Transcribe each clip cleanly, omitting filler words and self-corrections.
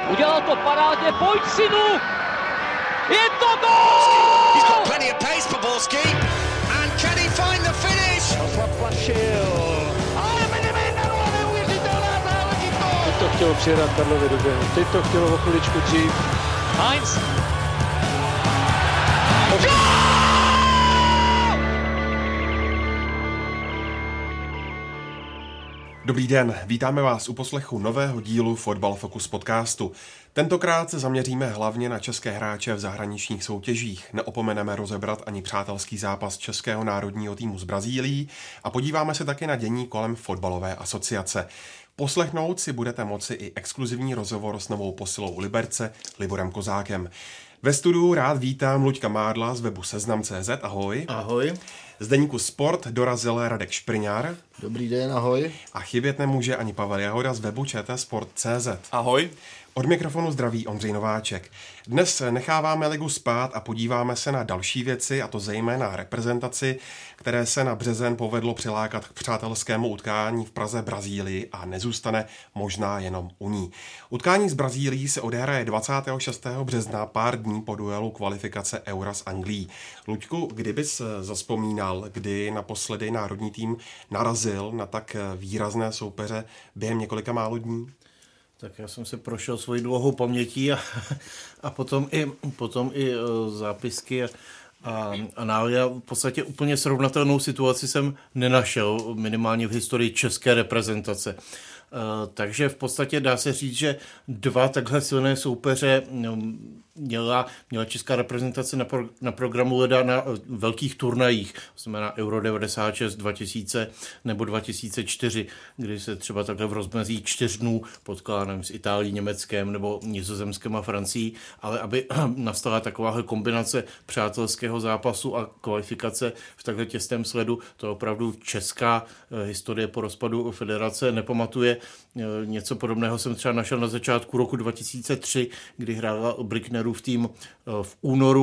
Udělal to parádně, pojď synu! Je to gól! He's got plenty of pace for Borski. And can he find the finish? Zaplašil. Ale Medemena, neuvěřitelná záležitost! Teď to chtělo přijedat Karlově do běhu, teď to chtělo o chviličku dřív. Heinz. Dobrý den, vítáme vás u poslechu nového dílu Fotbal Focus podcastu. Tentokrát se zaměříme hlavně na české hráče v zahraničních soutěžích. Neopomeneme rozebrat ani přátelský zápas českého národního týmu s Brazílií a podíváme se také na dění kolem fotbalové asociace. Poslechnout si budete moci i exkluzivní rozhovor s novou posilou Liberce Liborem Kozákem. Ve studiu rád vítám Luďka Mádla z webu Seznam.cz, ahoj. Ahoj. Z deníku Sport dorazil Radek Špriňár. Dobrý den, ahoj. A chybět nemůže ani Pavel Jahoda z webu ČTsport.cz. Ahoj. Od mikrofonu zdraví Ondřej Nováček. Dnes necháváme ligu spát a podíváme se na další věci, a to zejména reprezentaci, které se na březen povedlo přilákat k přátelskému utkání v Praze Brazílii a nezůstane možná jenom u ní. Utkání s Brazílií se odehraje 26. března, pár dní po duelu kvalifikace Eura s Anglií. Luďku, kdybys zazpomínal, kdy naposledy národní tým narazil na tak výrazné soupeře během několika málo dní? Tak já jsem se prošel svojí dlouhou pamětí a potom i zápisky a návody. V podstatě úplně srovnatelnou situaci jsem nenašel, minimálně v historii české reprezentace. Takže v podstatě dá se říct, že dva takhle silné soupeře měla česká reprezentace na programu leda na velkých turnajích, to znamená Euro 96, 2000 nebo 2004, kdy se třeba takhle v rozmezí 4 dnů potkala s Itálií, Německem nebo Nizozemskem a Francií, ale aby nastala takováhle kombinace přátelského zápasu a kvalifikace v takhle těsném sledu, to opravdu česká historie po rozpadu federace nepamatuje. Něco podobného jsem třeba našel na začátku roku 2003, kdy hrála Bricknerův tým v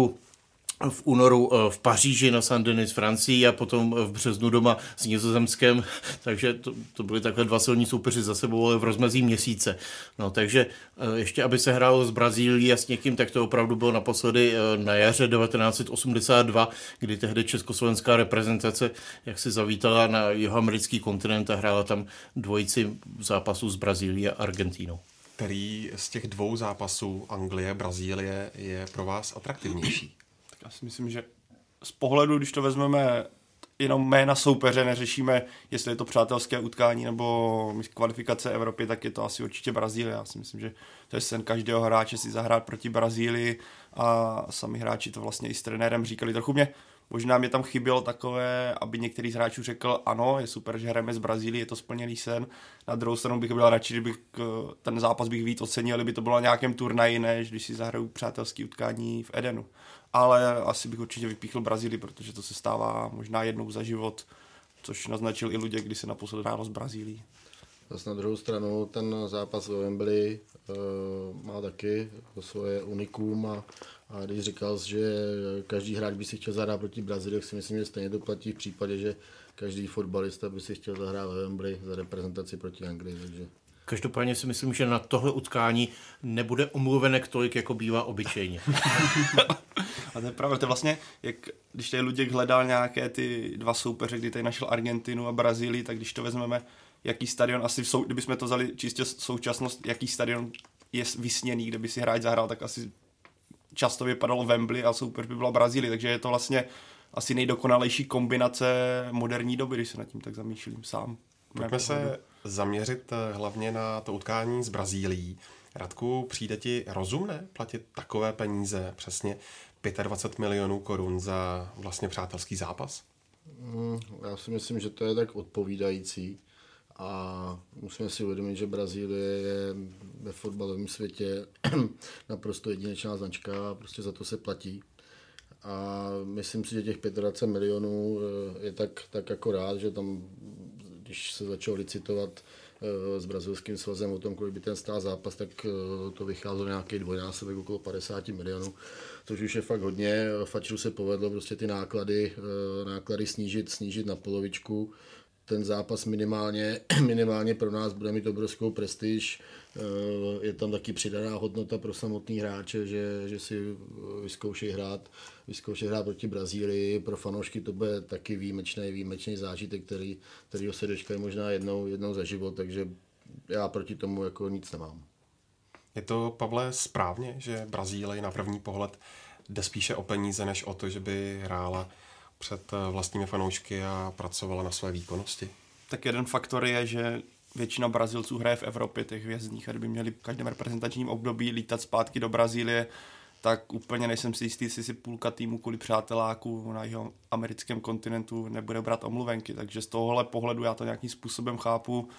únoru v Paříži na Saint-Denis Francii a potom v březnu doma s Nizozemskem, takže to byly takhle dva silní soupeři za sebou, ale v rozmezí měsíce. No, takže ještě aby se hrálo s Brazílií a s někým, tak to opravdu bylo naposledy na jaře 1982, kdy tehdy československá reprezentace jak si zavítala na jihoamerický kontinent a hrála tam dvojici zápasů s Brazílií a Argentínou. Který z těch dvou zápasů Anglie, Brazílie je pro vás atraktivnější? Já si myslím, že z pohledu, když to vezmeme jenom jména soupeře, neřešíme, jestli je to přátelské utkání nebo kvalifikace Evropy, tak je to asi určitě Brazílie. Já si myslím, že to je sen každého hráče si zahrát proti Brazílii a sami hráči to vlastně i s trenérem říkali. Možná mě tam chybělo takové, aby některý z hráčů řekl, ano, je super, že hrajeme z Brazílie, je to splněný sen. Na druhou stranu bych byl radši, kdybych ten zápas bych víc ocenil, kdyby to bylo na nějakém turnaji, než když si zahraju přátelské utkání v Edenu. Ale asi bych určitě vypíchl Brazílii, protože to se stává možná jednou za život, což naznačil i Luděk, když se naposled hrálo s Brazílií. Zase na druhou stranu ten zápas ve Wembley má taky svoje unikum a když říkal, že každý hráč by si chtěl zahrát proti Brazílii, tak si myslím, že stejně to platí v případě, že každý fotbalista by si chtěl zahrát ve Wembley za reprezentaci proti Anglii. Takže... Každopádně si myslím, že na tohle utkání nebude omluvenek tolik, jako bývá obyčejně. A to je pravda, to je vlastně, jak když tady Luděk hledal nějaké ty dva soupeře, kdy tady našel Argentinu a Brazílii, tak když to vezmeme, jaký stadion, asi kdybychom to vzali čistě současnost, jaký stadion je vysněný, kde by si hráč zahrál, tak asi často vypadalo Wembley a soupeř by byla Brazílie, takže je to vlastně asi nejdokonalejší kombinace moderní doby, když se nad tím tak zamýšlím sám. Pojďme se zaměřit hlavně na to utkání s Brazílií. Radku, přijde ti rozumné platit takové peníze, přesně 25 milionů korun za vlastně přátelský zápas? Já si myslím, že to je tak odpovídající a musíme si uvědomit, že Brazílie je ve fotbalovém světě naprosto jedinečná značka a prostě za to se platí. A myslím si, že těch 25 milionů je tak akorát, že tam, když se začalo licitovat s brazilským svazem o tom, kolik by ten stál zápas, tak to vycházelo nějaký dvojnásobek okolo 50 milionů, což už je fakt hodně. Fatscheru se povedlo prostě ty náklady snížit na polovičku, ten zápas minimálně pro nás bude mít obrovskou prestiž. Je tam taky přidaná hodnota pro samotný hráče, že si vyzkoušejí hrát proti Brazílii. Pro fanoušky to bude taky výjimečný zážitek, kterýho se dočkají možná jednou za život, takže já proti tomu jako nic nemám. Je to, Pavle, správně, že Brazílii na první pohled jde spíše o peníze, než o to, že by hrála před vlastními fanoušky a pracovala na své výkonnosti? Tak jeden faktor je, že většina Brazilců hraje v Evropě, těch hvězdných, a kdyby měli v každém reprezentačním období lítat zpátky do Brazílie, tak úplně nejsem si jistý, jestli si půlka týmu kvůli přáteláků na jeho americkém kontinentu nebude brát omluvenky. Takže z tohohle pohledu já to nějakým způsobem chápu.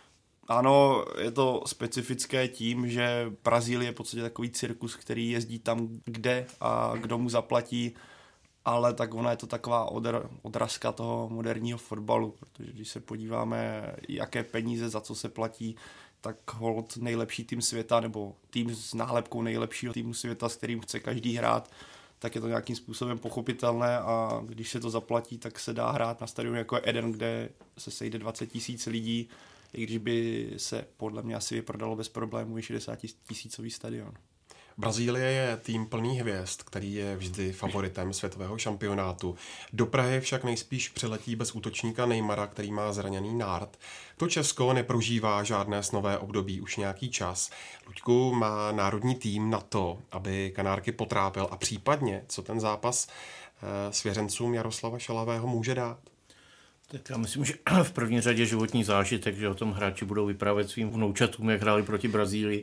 Ano, je to specifické tím, že Brazílie je v podstatě takový cirkus, který jezdí tam kde a kdo mu zaplatí, ale tak ona je to taková odrazka toho moderního fotbalu, protože když se podíváme, jaké peníze za co se platí, tak holt nejlepší tým světa, nebo tým s nálepkou nejlepšího týmu světa, s kterým chce každý hrát, tak je to nějakým způsobem pochopitelné a když se to zaplatí, tak se dá hrát na stadionu jako Eden, kde se sejde 20 000 lidí, i když by se podle mě asi vyprodalo bez problémů i 60 000 stadion. Brazílie je tým plný hvězd, který je vždy favoritem světového šampionátu. Do Prahy však nejspíš přiletí bez útočníka Neymara, který má zraněný nárt. To Česko neprožívá žádné snové období už nějaký čas. Luďku, má národní tým na to, aby Kanárky potrápil a případně, co ten zápas svěřencům Jaroslava Šalavého může dát? Tak já myslím, že v první řadě životní zážitek, že o tom hráči budou vyprávět svým vnoučatům, jak hráli proti Brazílii.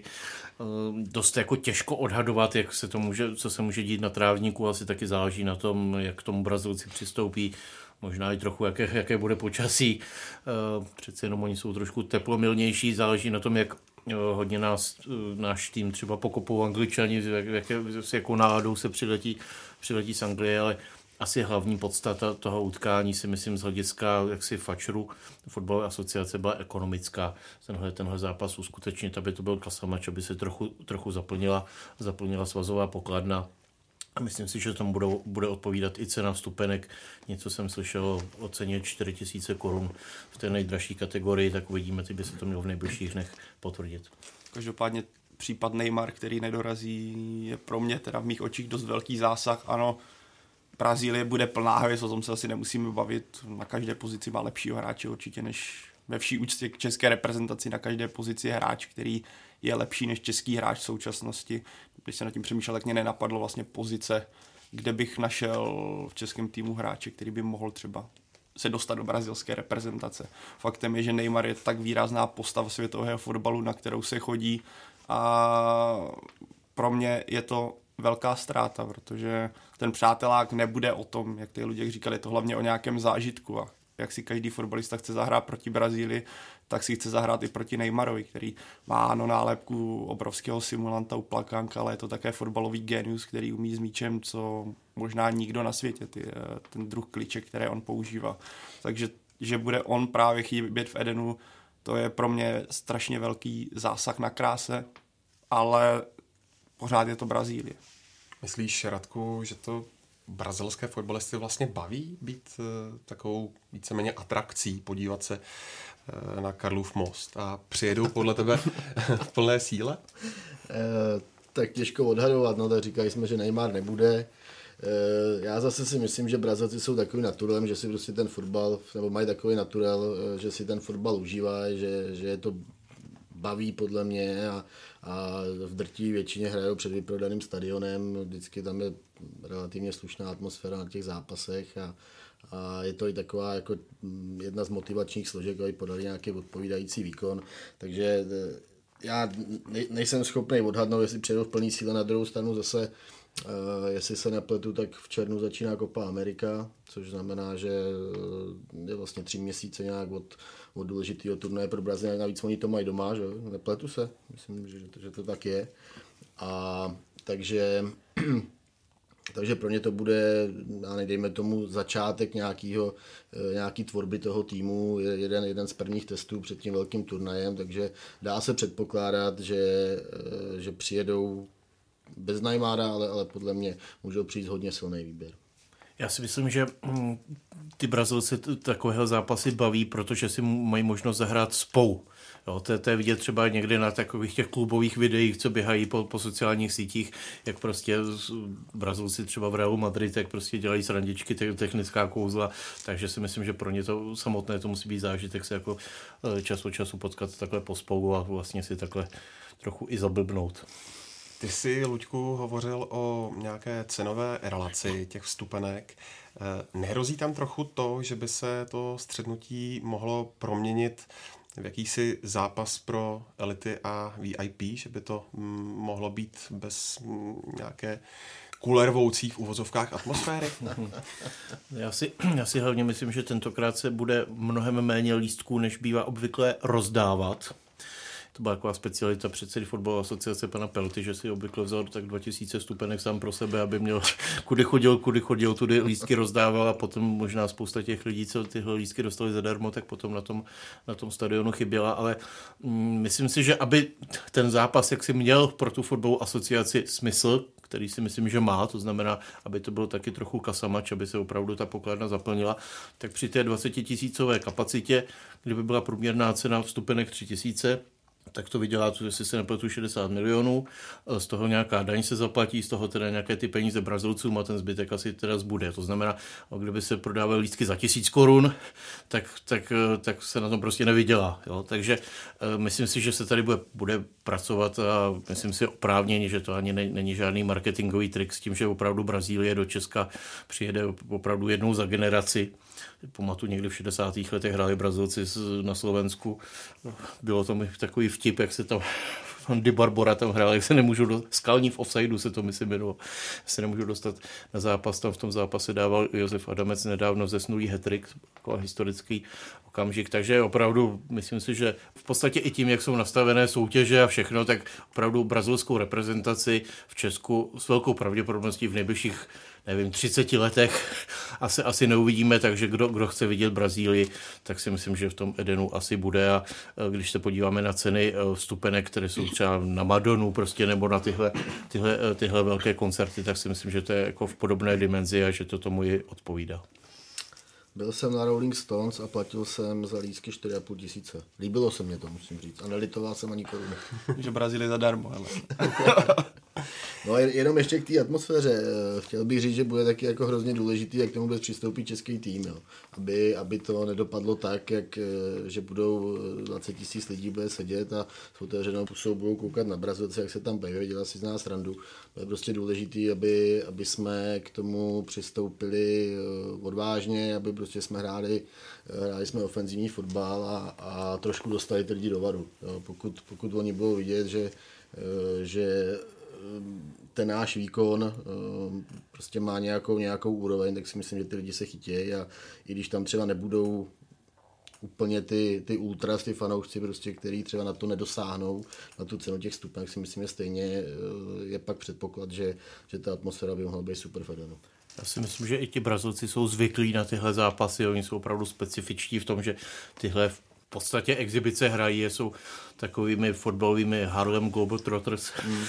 Dost jako těžko odhadovat, co se může dít na trávníku, asi taky záleží na tom, jak k tomu Brazilci přistoupí, možná i trochu, jaké bude počasí. Přece jenom oni jsou trošku teplomilnější, záleží na tom, jak hodně náš tým třeba pokopou Angličani, s jakou náladou se přiletí z Anglie, ale asi hlavní podstata toho utkání si myslím z hlediska jaksi fačru fotbalové asociace byla ekonomická. Tenhle zápas uskutečnit, aby to byl klasamač, aby se trochu zaplnila svazová pokladna. A myslím si, že tomu bude odpovídat i cena vstupenek. Něco jsem slyšel o ceně 4 000 korun v té nejdražší kategorii, tak uvidíme, by se to mělo v nejbližších dnech potvrdit. Každopádně případ Neymar, který nedorazí, je pro mě teda v mých očích dost velký zásah. Ano, Brazílie bude plná hvězd, o tom se asi nemusíme bavit. Na každé pozici má lepšího hráče určitě než ve vší úctě k české reprezentaci. Na každé pozici je hráč, který je lepší než český hráč v současnosti. Když se nad tím přemýšlel, tak mě nenapadlo vlastně pozice, kde bych našel v českém týmu hráče, který by mohl třeba se dostat do brazilské reprezentace. Faktem je, že Neymar je tak výrazná postava světového fotbalu, na kterou se chodí, a pro mě je to velká ztráta, protože ten přátelák nebude o tom, jak ty lidi říkali, je to hlavně o nějakém zážitku, a jak si každý fotbalista chce zahrát proti Brazílii, tak si chce zahrát i proti Neymarovi, který má nálepku obrovského simulanta, uplakánka, ale je to také fotbalový genius, který umí s míčem, co možná nikdo na světě, ten druh kliček, které on používá. Takže že bude on právě chybět v Edenu, to je pro mě strašně velký zásah na kráse, ale pořád je to Brazílie. Myslíš, Radku, že to brazilské fotbalisty vlastně baví být takovou víceméně atrakcí, podívat se na Karlův most a přijedou podle tebe v plné síle? Tak těžko odhadovat, no tak říkali jsme, že Neymar nebude. Já zase si myslím, že Brazilci jsou takový naturelem, že si prostě ten fotbal, nebo mají takový naturel, že si ten fotbal užívají, že je to baví podle mě a v drtivé většině hrajou před vyprodaným stadionem, vždycky tam je relativně slušná atmosféra na těch zápasech a je to i taková jako jedna z motivačních složek, aby podali nějaký odpovídající výkon, takže já nejsem schopný odhadnout, jestli přijedou v plný síle. Na druhou stranu zase, jestli se nepletu, tak v červnu začíná Copa America, což znamená, že je vlastně 3 měsíce nějak od důležitého turnaje pro Brazílii. Navíc oni to mají doma, že? Nepletu se, myslím, že to tak je. A takže pro ně to bude, dejme tomu, začátek nějaký tvorby toho týmu, jeden z prvních testů před tím velkým turnajem, takže dá se předpokládat, že přijedou bez Neymara, ale podle mě můžou přijít hodně silný výběr. Já si myslím, že ty Brazilci takového zápasy baví, protože si mají možnost zahrát spolu. Jo, to je vidět třeba někdy na takových těch klubových videích, co běhají po sociálních sítích, jak prostě Brazilci třeba v Realu Madrid, jak prostě dělají srandičky, technická kouzla, takže si myslím, že pro ně to samotné to musí být zážitek se jako čas od času potkat takhle pospolu a vlastně si takhle trochu i zablbnout. Ty jsi, Luďku, hovořil o nějaké cenové relaci těch vstupenek. Nehrozí tam trochu to, že by se to střetnutí mohlo proměnit v jakýsi zápas pro elity a VIP, že by to mohlo být bez nějaké kulervoucí v uvozovkách atmosféry? Já si hlavně myslím, že tentokrát se bude mnohem méně lístků, než bývá obvykle rozdávat. To byla taková specialita předsedy fotbalové asociace pana Pelty, že si obvykle vzal tak 2000 stupenek sám pro sebe, aby měl kudy chodil, tudy lístky rozdával a potom možná spousta těch lidí, co tyhle lístky dostali zadarmo, tak potom na tom stadionu chyběla, ale myslím si, že aby ten zápas, jak si měl pro tu fotbalovou asociaci smysl, který si myslím, že má, to znamená, aby to bylo taky trochu kasamač, aby se opravdu ta pokladna zaplnila, tak při té 20 000 kapacitě, kdyby byla průměrná cena vstupenek 3000, tak to vydělá, jestli se nepletu, 60 milionů, z toho nějaká daň se zaplatí, z toho teda nějaké ty peníze Brazilcům a ten zbytek asi teda zbude. To znamená, kdyby se prodávaly lístky za 1000 korun, tak se na tom prostě nevydělá. Jo? Takže myslím si, že se tady bude pracovat a myslím si oprávněně, že to ani není žádný marketingový trik s tím, že opravdu Brazílie do Česka přijede opravdu jednou za generaci. Pamatuju, někdy v 60. letech hráli Brazilci na Slovensku. Bylo to mi takový vtip, jak se tam Di Barbora tam hrál, jak se nemůžu skalní v offsideu se to myslím jmenovalo. Se nemůžu dostat na zápas, tam v tom zápase dával Josef Adamec nedávno zesnulý hat-trick, jako historický okamžik, takže opravdu myslím si, že v podstatě i tím, jak jsou nastavené soutěže a všechno, tak opravdu brazilskou reprezentaci v Česku s velkou pravděpodobností v nejbližších 30 letech asi neuvidíme, takže kdo chce vidět Brazílii, tak si myslím, že v tom Edenu asi bude a když se podíváme na ceny vstupenek, které jsou třeba na Madonu prostě nebo na tyhle velké koncerty, tak si myslím, že to je jako v podobné dimenzi a že to tomu i odpovídá. Byl jsem na Rolling Stones a platil jsem za lístky 4 500. Líbilo se mě to, musím říct. A nelitoval jsem ani koruny. Že Brazílie zadarmo, ale... No jenom ještě k té atmosféře. Chtěl bych říct, že bude taky jako hrozně důležitý, jak tomu bude přistoupit český tým. Jo. Aby to nedopadlo tak, že budou 20 000 lidí bude sedět a s otevřenou pusou budou koukat na Brazilce, jak se tam baví, dělat si z nás srandu. To je prostě důležitý, aby jsme k tomu přistoupili odvážně, aby prostě jsme hráli jsme ofenzivní fotbal a trošku dostali ty lidi do varu. Jo. Pokud oni budou vidět, že ten náš výkon prostě má nějakou úroveň, tak si myslím, že ty lidi se chytějí a i když tam třeba nebudou úplně ty ultras, ty fanoušci, prostě, který třeba na to nedosáhnou, na tu cenu těch vstupenek, si myslím, že stejně je pak předpoklad, že ta atmosféra by mohla být super fajn. Já si myslím, že i ti Brazilci jsou zvyklí na tyhle zápasy, oni jsou opravdu specifičtí v tom, že tyhle v podstatě exibice hrají, jsou takovými fotbalovými Harlem Globetrotters.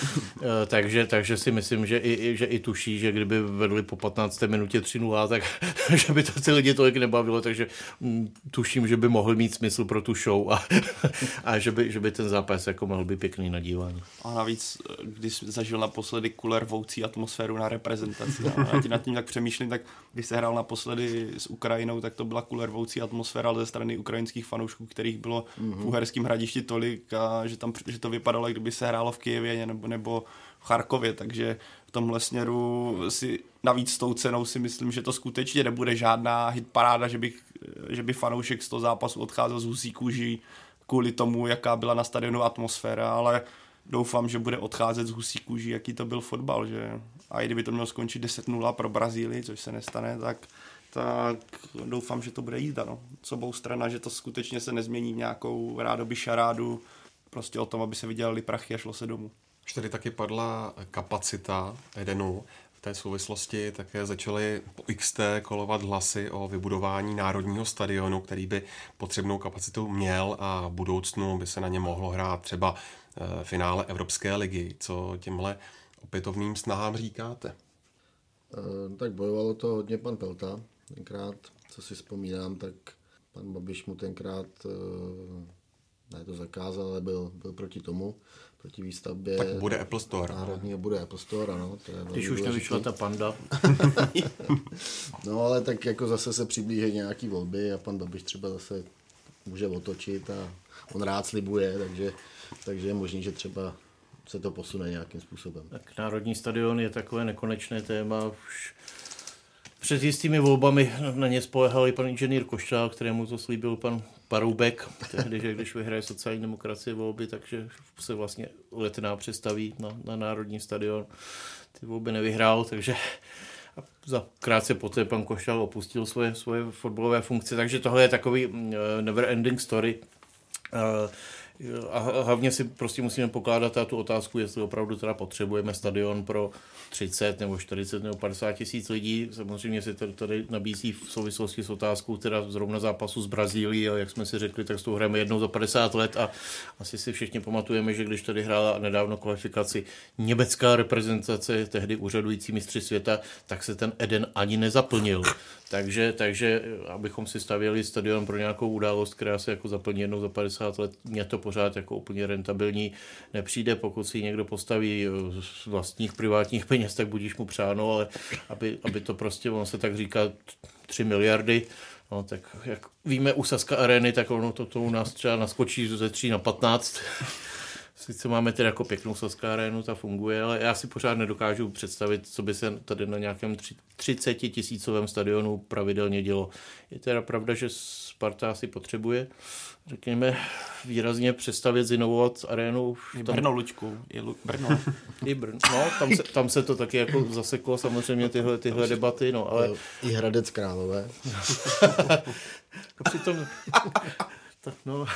takže si myslím, že i tuší, že kdyby vedli po 15. minutě 3-0, tak že by to ty lidi tolik nebavilo, takže tuším, že by mohl mít smysl pro tu show a že by ten zápas jako mohl být pěkný na dívání. A navíc, když zažil naposledy kulervoucí atmosféru na reprezentaci, nad tím tak přemýšlím, tak když se hrál naposledy s Ukrajinou, tak to byla kulervoucí atmosféra ze strany ukrajinských fanoušků, kterých bylo v Uherském Hradišti tolik, a že to vypadalo, kdyby se hrálo v Kyjevě nebo v Charkově, takže v tomhle směru si navíc s tou cenou si myslím, že to skutečně nebude žádná hitparáda, že by fanoušek z toho zápasu odcházel z husí kůží kvůli tomu, jaká byla na stadionu atmosféra, ale doufám, že bude odcházet z husí kůží, jaký to byl fotbal, že a i kdyby to mělo skončit 10-0 pro Brazílii, což se nestane, tak doufám, že to bude jízda. No. S obou strana, že to skutečně se nezmění v nějakou rádoby šarádu, prostě o tom, aby se vydělali prachy a šlo se domů. Už tady taky padla kapacita Edenu. V té souvislosti také začaly po XT kolovat hlasy o vybudování národního stadionu, který by potřebnou kapacitu měl a v budoucnu by se na ně mohlo hrát třeba finále Evropské ligy. Co těmhle opětovným snahám říkáte? Tak bojovalo to hodně pan Pelta. Tenkrát, co si vzpomínám, tak pan Babiš mu tenkrát ne to zakázal, ale byl proti tomu, proti výstavbě. Tak bude Apple Store. Národního bude Apple Store, ano. Když už nevyšla ta Panda. No ale tak jako zase se přiblíží nějaký volby a pan Babiš třeba zase může otočit a on rád slibuje, takže je možný, že třeba se to posune nějakým způsobem. Tak Národní stadion je takové nekonečné téma. Už před jistými volbami na ně spolehal i pan inženýr Košťál, kterému to slíbil pan Paroubek, tehdy, že když vyhraje sociální demokracie volby, takže se vlastně Letná přestaví na Národní stadion. Ty volby nevyhrál, takže za krátce poté pan Košťál opustil svoje fotbalové funkce, takže tohle je takový never ending story. A hlavně si prostě musíme pokládat tu otázku, jestli opravdu teda potřebujeme stadion pro 30 nebo 40 nebo 50 tisíc lidí. Samozřejmě se tady nabízí v souvislosti s otázkou teda zrovna zápasu s Brazílií, a jak jsme si řekli, tak s tou hrajeme jednou za 50 let a asi si všichni pamatujeme, že když tady hrála nedávno kvalifikaci německá reprezentace, tehdy úřadující mistři světa, tak se ten Eden ani nezaplnil. Takže abychom si stavěli stadion pro nějakou událost, která se jako zaplní jednou za 50 let, mě to pořád jako úplně rentabilní nepřijde. Pokud si někdo postaví z vlastních privátních peněz, tak budíš mu přáno, ale aby to prostě, on se tak říká 3 miliardy, no tak jak víme u Sazka Areny, tak ono to u nás třeba naskočí ze 3 na 15. Sice máme tedy jako pěknou Sazka Arenu, ta funguje, ale já si pořád nedokážu představit, co by se tady na nějakém 30 tisícovém stadionu pravidelně dělo. Je teda pravda, že Sparta si potřebuje, řekněme, výrazně přestavět, zinovovat arénu. Brno, Luďku, je Brno. I Brno, no, tam se to taky jako zaseklo, samozřejmě tyhle debaty, no, ale... I Hradec Králové. Přitom... no...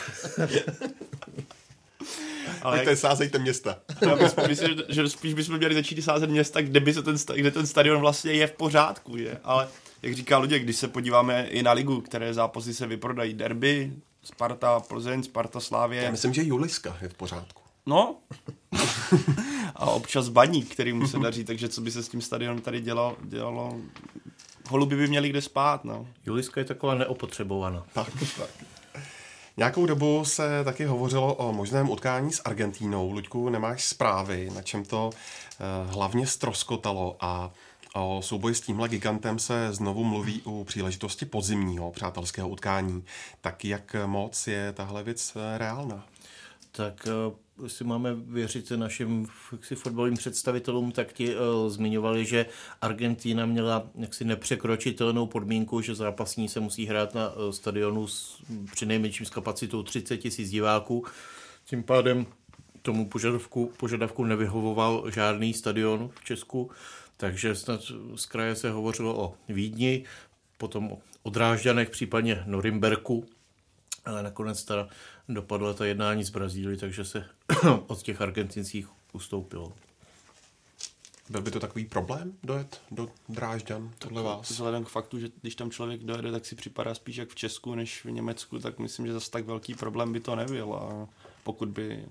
Ale jak... sázejte města. Já myslím, že spíš bychom měli začít sázet města, kde ten stadion vlastně je v pořádku, že? Ale jak říká Luděk, když se podíváme i na ligu, které zápasy se vyprodají, derby, Sparta, Plzeň, Sparta, Slávě. Já myslím, že Juliska je v pořádku. No. A občas Baník, který mu se daří, takže co by se s tím stadionem tady dělalo? Holuby by měli kde spát, no. Juliska je taková neopotřebovaná. Tak. Nějakou dobu se taky hovořilo o možném utkání s Argentínou. Luďku, nemáš zprávy, na čem to hlavně ztroskotalo, a o souboji s tímhle gigantem se znovu mluví u příležitosti podzimního přátelského utkání. Tak jak moc je tahle věc reálná? Tak jestli máme věřit našim fotbalovým představitelům, tak ti zmiňovali, že Argentína měla jaksi nepřekročitelnou podmínku, že zápasní se musí hrát na stadionu přinejmenším s kapacitou 30 tisíc diváků. Tím pádem tomu požadavku nevyhovoval žádný stadion v Česku, takže snad z kraje se hovořilo o Vídni, potom o Drážďanech, případně Norimberku, ale nakonec teda dopadla ta jednání z Brazílii, takže se od těch argentinských ustoupilo. Byl by to takový problém dojet do Drážďan podle vás? Vzhledem k faktu, že když tam člověk dojede, tak si připadá spíš jak v Česku než v Německu, tak myslím, že zase tak velký problém by to nebyl. A pokud by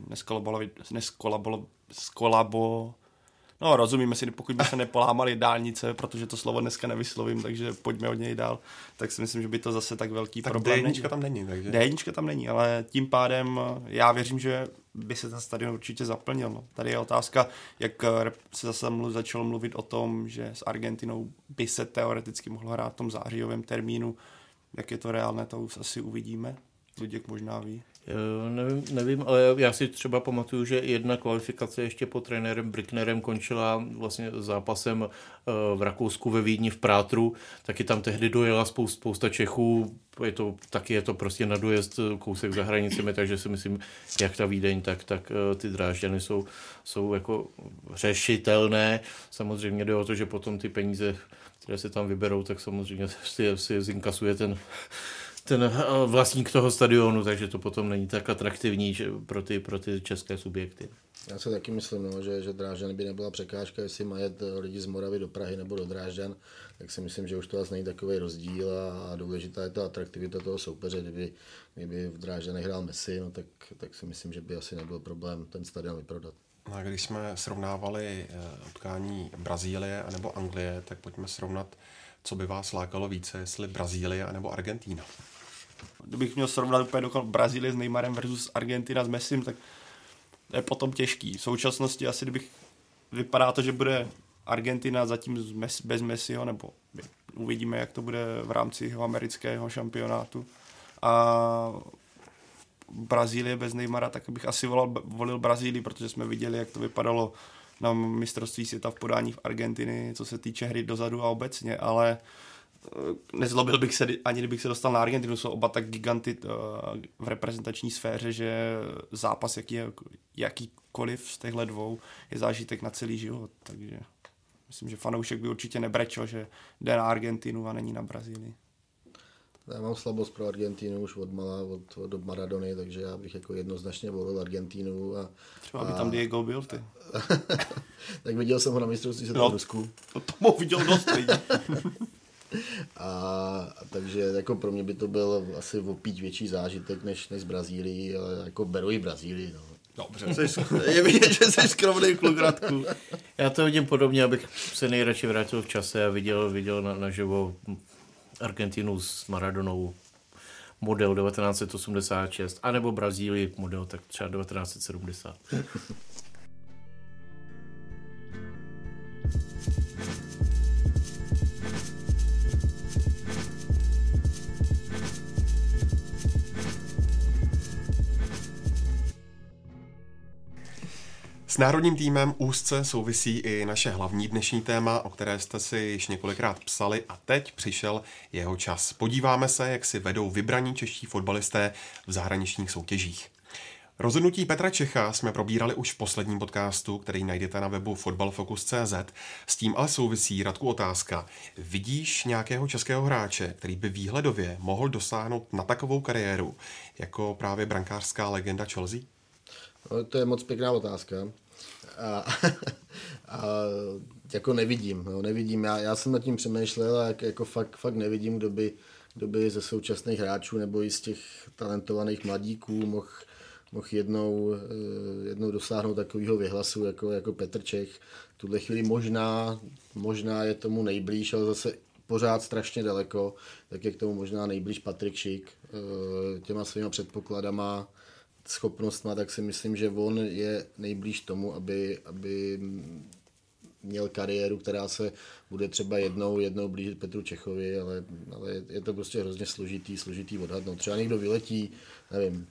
no, rozumíme si, pokud by se nepolámaly dálnice, protože to slovo dneska nevyslovím, takže pojďme od něj dál, tak si myslím, že by to zase tak velký tak problém není. Tam není, takže... D1 tam není, ale tím pádem já věřím, že by se ten stadion určitě zaplnil. No. Tady je otázka, jak se zase začalo mluvit o tom, že s Argentinou by se teoreticky mohlo hrát v tom zářijovém termínu. Jak je to reálné, to už asi uvidíme. Luděk možná ví. Nevím, ale já si třeba pamatuju, že jedna kvalifikace ještě pod trenérem Bricknerem končila vlastně zápasem v Rakousku ve Vídni v Prátru, taky tam tehdy dojela spousta Čechů, je to prostě na dojezd kousek za hranicemi, takže si myslím, jak ta Vídeň, tak ty Drážďany jsou jako řešitelné. Samozřejmě jde o to, že potom ty peníze, které se tam vyberou, tak samozřejmě si zinkasuje ten vlastník toho stadionu, takže to potom není tak atraktivní že pro ty české subjekty. Já si taky myslím, že Drážďany by nebyla překážka, jestli mají lidi z Moravy do Prahy nebo do Drážďan, tak si myslím, že už to vlastně není takový rozdíl a důležitá je ta atraktivita toho soupeře. Kdyby v Drážďanech hrál Messi, no tak si myslím, že by asi nebyl problém ten stadion vyprodat. A když jsme srovnávali utkání Brazílie anebo Anglie, tak pojďme srovnat, co by vás lákalo více, jestli Brazílie anebo Argentína. Kdybych měl srovnat úplně dokonale Brazílie s Neymarem versus Argentina s Messim, tak to je potom těžký. V současnosti asi vypadá to, že bude Argentina zatím bez Messiho, nebo uvidíme, jak to bude v rámci jeho amerického šampionátu. A Brazílie bez Neymara, tak bych asi volil Brazílii, protože jsme viděli, jak to vypadalo na mistrovství světa v podání v Argentiny, co se týče hry dozadu a obecně, ale nezlobil bych se, ani kdybych se dostal na Argentinu, jsou oba tak giganty v reprezentační sféře, že zápas jakýkoliv z těchto dvou je zážitek na celý život, takže myslím, že fanoušek by určitě nebrečel, že jde na Argentinu a není na Brazílii. Já mám slabost pro Argentínu už od mala, od Maradony, takže já bych jako jednoznačně volil Argentínu. Třeba by tam Diego byl, ty. Tak viděl jsem ho na mistrovství světa v Rusku. To viděl dost lidí. A takže jako pro mě by to byl asi opít větší zážitek než z Brazílii, ale jako beru i Brazílii. No. Dobře, je vidět, že jsi skromný kluk, Radku. Já to vidím podobně, abych se nejradši vrátil v čase a viděl naživo Argentinu s Maradonou model 1986, anebo Brazílii model tak třeba 1970. S národním týmem úzce souvisí i naše hlavní dnešní téma, o které jste si již několikrát psali a teď přišel jeho čas. Podíváme se, jak si vedou vybraní čeští fotbalisté v zahraničních soutěžích. Rozhodnutí Petra Čecha jsme probírali už v posledním podcastu, který najdete na webu fotbalfocus.cz. S tím ale souvisí, Radku, otázka. Vidíš nějakého českého hráče, který by výhledově mohl dosáhnout na takovou kariéru, jako právě brankářská legenda Chelsea? No, to je moc pěkná otázka. A jako nevidím. Já jsem nad tím přemýšlel a jako fakt nevidím, kdo by ze současných hráčů nebo i z těch talentovaných mladíků mohl jednou dosáhnout takového vyhlasu jako Petr Čech. V tuhle chvíli možná je tomu nejblíž, ale zase pořád strašně daleko, tak je k tomu možná nejblíž Patrik Šik. Těma svýma předpokladama, schopnostma, tak si myslím, že on je nejblíž tomu, aby měl kariéru, která se bude třeba jednou blížit Petru Čechovi, ale je to prostě hrozně složitý odhadnout. Třeba někdo vyletí, nevím,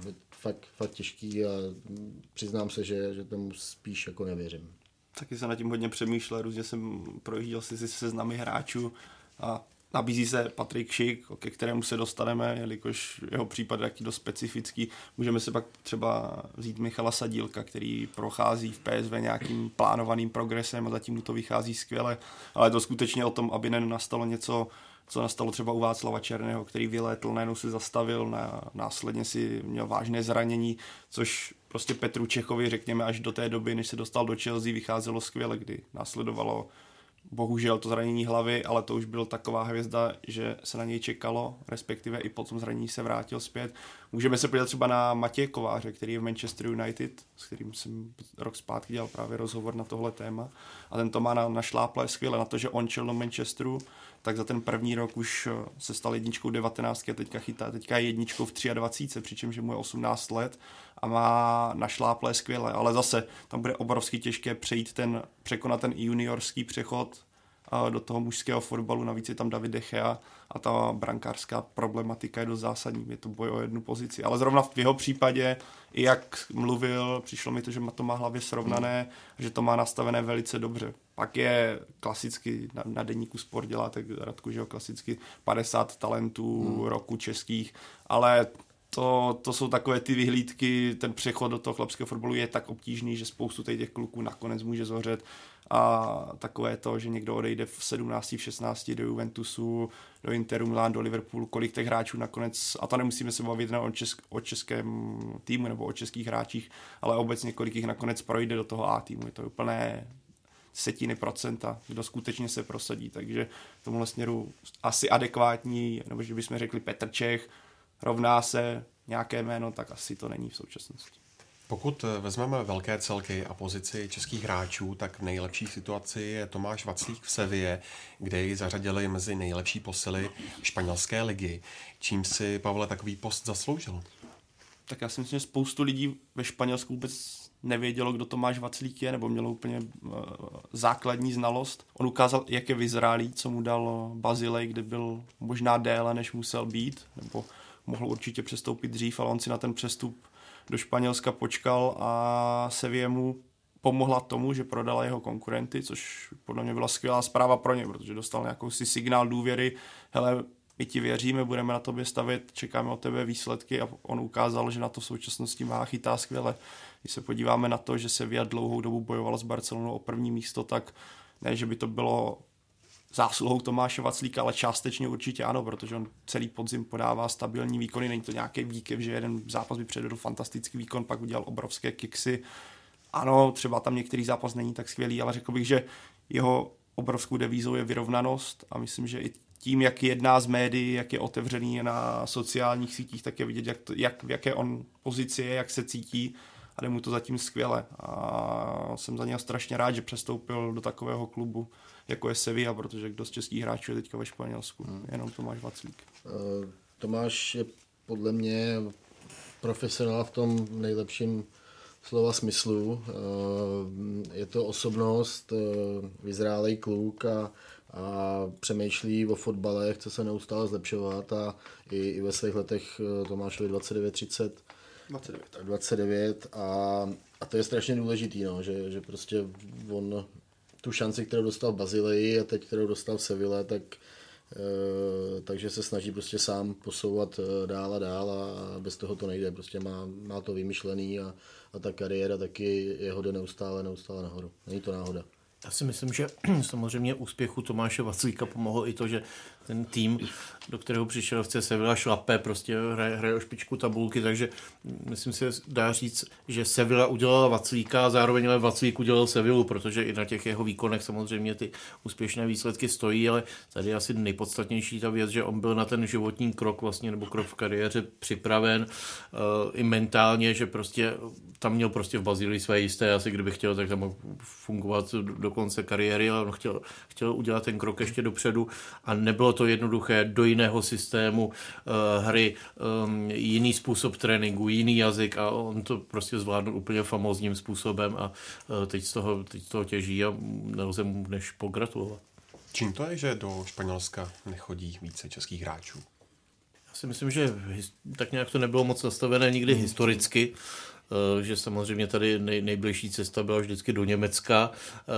fakt těžký a přiznám se, že tomu spíš jako nevěřím. Taky jsem nad tím hodně přemýšlel, různě jsem projížděl si seznamy hráčů a nabízí se Patrik Šik, ke kterému se dostaneme, jelikož jeho případ je taky dost specifický. Můžeme si pak třeba vzít Michala Sadílka, který prochází v PSV nějakým plánovaným progresem a zatím mu to vychází skvěle, ale to skutečně o tom, aby nenastalo něco, co nastalo třeba u Václava Černého, který vylétl, najednou se zastavil, následně si měl vážné zranění, což prostě Petru Čechovi, řekněme, až do té doby, než se dostal do Chelsea, vycházelo skvěle, kdy následovalo bohužel to zranění hlavy, ale to už byl taková hvězda, že se na něj čekalo, respektive i po tom zranění se vrátil zpět. Můžeme se podívat třeba na Matěje Kováře, který je v Manchester United, s kterým jsem rok zpátky dělal právě rozhovor na tohle téma. A ten to má našláplé skvěle na to, že on čel do Manchesteru, tak za ten první rok už se stal jedničkou 19 a teďka je jedničkou v 23, přičemž mu je 18 let a má našláplé skvěle, ale zase tam bude obrovsky těžké překonat ten juniorský přechod do toho mužského fotbalu, navíc je tam David De Gea a ta brankářská problematika je dost zásadní, je to boj o jednu pozici, ale zrovna v jeho případě, i jak mluvil, přišlo mi to, že to má hlavě srovnané, že to má nastavené velice dobře. Pak je klasicky, na deníku Sport dělá, tak Radku, že jo, klasicky 50 talentů roku českých, ale to jsou takové ty vyhlídky, ten přechod do toho chlapského fotbalu je tak obtížný, že spoustu těch kluků nakonec může zohřet a takové to, že někdo odejde v 17, v 16 do Juventusu, do Interu Milán, do Liverpoolu, kolik těch hráčů nakonec, a to nemusíme se bavit o českém týmu nebo o českých hráčích, ale obecně kolik jich nakonec projde do toho A týmu, je to úplné setiny procenta, kdo skutečně se prosadí, takže tomuhle směru asi adekvátní, nebo že bychom řekli Petr Čech, rovná se nějaké jméno, tak asi to není v současnosti. Pokud vezmeme velké celky a pozici českých hráčů, tak v nejlepší situaci je Tomáš Vaclík v Seville, kde ji zařadili mezi nejlepší posily španělské ligy. Čím si, Pavle, takový post zasloužil? Tak já si myslím, že spoustu lidí ve Španělsku vůbec nevědělo, kdo Tomáš Vaclík je, nebo mělo úplně základní znalost. On ukázal, jak je vyzrálý, co mu dal Bazilej, kde byl možná déle, než musel být, nebo mohl určitě přestoupit dřív, ale on si na ten přestup do Španělska počkal a Sevilla mu pomohla tomu, že prodala jeho konkurenty, což podle mě byla skvělá zpráva pro ně, protože dostal nějakou si signál důvěry, hele, my ti věříme, budeme na tobě stavět, čekáme od tebe výsledky a on ukázal, že na to v současnosti má, chytá skvěle. Když se podíváme na to, že Sevilla dlouhou dobu bojovala s Barcelonou o první místo, tak ne, že by to bylo zásluhou Tomáše Vaclíka, ale částečně určitě ano, protože on celý podzim podává stabilní výkony, není to nějaký výkyv, že jeden zápas by předvedl fantastický výkon, pak udělal obrovské kiksy. Ano, třeba tam některý zápas není tak skvělý, ale řekl bych, že jeho obrovskou devízou je vyrovnanost a myslím, že i tím, jak jedná z médií, jak je otevřený na sociálních sítích, tak je vidět, v jaké on pozici je, jak se cítí a jde mu to zatím skvěle. A jsem za něj strašně rád, že přestoupil do takového klubu, jako je Sevilla, protože kdo z českých hráčů je teďka ve Španělsku. Jenom Tomáš Vaclík. Tomáš je podle mě profesionál v tom nejlepším slova smyslu. Je to osobnost, vyzrálej kluk a přemýšlí o fotbale, chce se neustále zlepšovat a i ve svých letech Tomášovi 29 a to je strašně důležitý, no, že prostě on tu šanci, kterou dostal v Bazileji a teď, kterou dostal v Seville, takže se snaží prostě sám posouvat dál a dál a bez toho to nejde. Prostě má to vymyšlený a ta kariéra taky jeho jde neustále nahoru. Není to náhoda. Já si myslím, že samozřejmě úspěchu Tomáše Vaclíka pomohlo i to, že ten tým, do kterého přišel v Sevilla, šlape, prostě hraje o špičku tabulky, takže myslím si, dá říct, že Sevilla udělala Vaclíka a zároveň ale Vaclík udělal Sevillu, protože i na těch jeho výkonech samozřejmě ty úspěšné výsledky stojí, ale tady je asi nejpodstatnější ta věc, že on byl na ten životní krok vlastně, nebo krok v kariéře připraven i mentálně, že prostě tam měl prostě v Bazílii své jisté, asi kdyby chtěl, tak tam mohl fungovat do konce kariéry, ale on chtěl udělat ten krok ještě dopředu a nebylo to jednoduché, do jiného systému hry, jiný způsob tréninku, jiný jazyk a on to prostě zvládl úplně famózním způsobem a teď z toho těží a nelze mu než pogratulovat. Čím to je, že do Španělska nechodí více českých hráčů? Já si myslím, že tak nějak to nebylo moc nastavené nikdy historicky, že samozřejmě tady nejbližší cesta byla vždycky do Německa,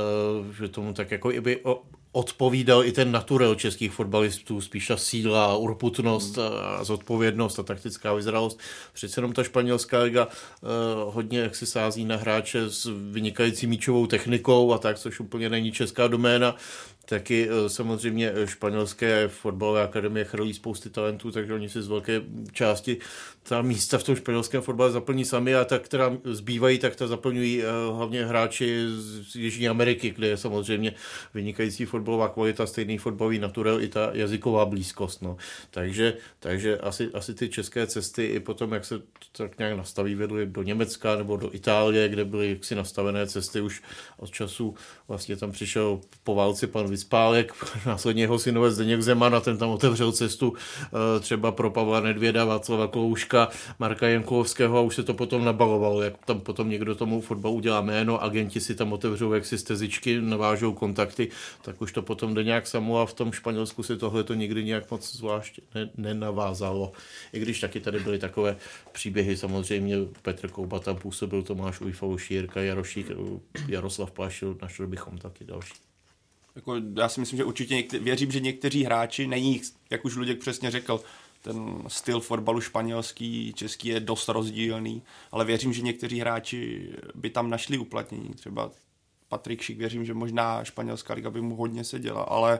že tomu tak jako i odpovídal i ten naturel českých fotbalistů, spíš ta síla, urputnost a zodpovědnost a taktická vyzralost. Přece jenom ta španělská liga hodně jak se sází na hráče s vynikající míčovou technikou a tak, což úplně není česká doména. Taky samozřejmě španělské fotbalové akademie chrlí spousty talentů, takže oni si z velké části ta místa v tom španělském fotbale zaplní sami a ta, která zbývají, tak ta zaplňují hlavně hráči z Jižní Ameriky, kde je samozřejmě vynikající fotbalová kvalita, stejný fotbalový naturel i ta jazyková blízkost. No. Takže asi ty české cesty i potom, jak se tak nějak nastaví, vedly do Německa nebo do Itálie, kde byly jaksi nastavené cesty už od času. Vlastně tam přišel po válce pan Vyspálek, následně jeho synovec Zdeněk Zeman a ten tam otevřel cestu třeba pro Pavla Nedvěda, Václava Klouška, Marka Jankulovského a už se to potom nabalovalo, jak tam potom někdo tomu fotbalu udělá jméno, agenti si tam otevřou jaksi stezičky, navážou kontakty, tak už to potom jde nějak samo a v tom Španělsku si tohle to nikdy nějak moc zvlášť nenavázalo. I když taky tady byly takové příběhy, samozřejmě Petr Kouba tam působil, Tomáš Ujfaluš, Jirka Jarošík, Jaroslav Plašil, našli bychom taky další. Jako, já si myslím, že určitě věřím, že někteří hráči, není, jak už Luděk přesně řekl, ten styl fotbalu španělský, český je dost rozdílný, ale věřím, že někteří hráči by tam našli uplatnění. Třeba Patrik Šik, věřím, že možná španělská liga by mu hodně seděla, ale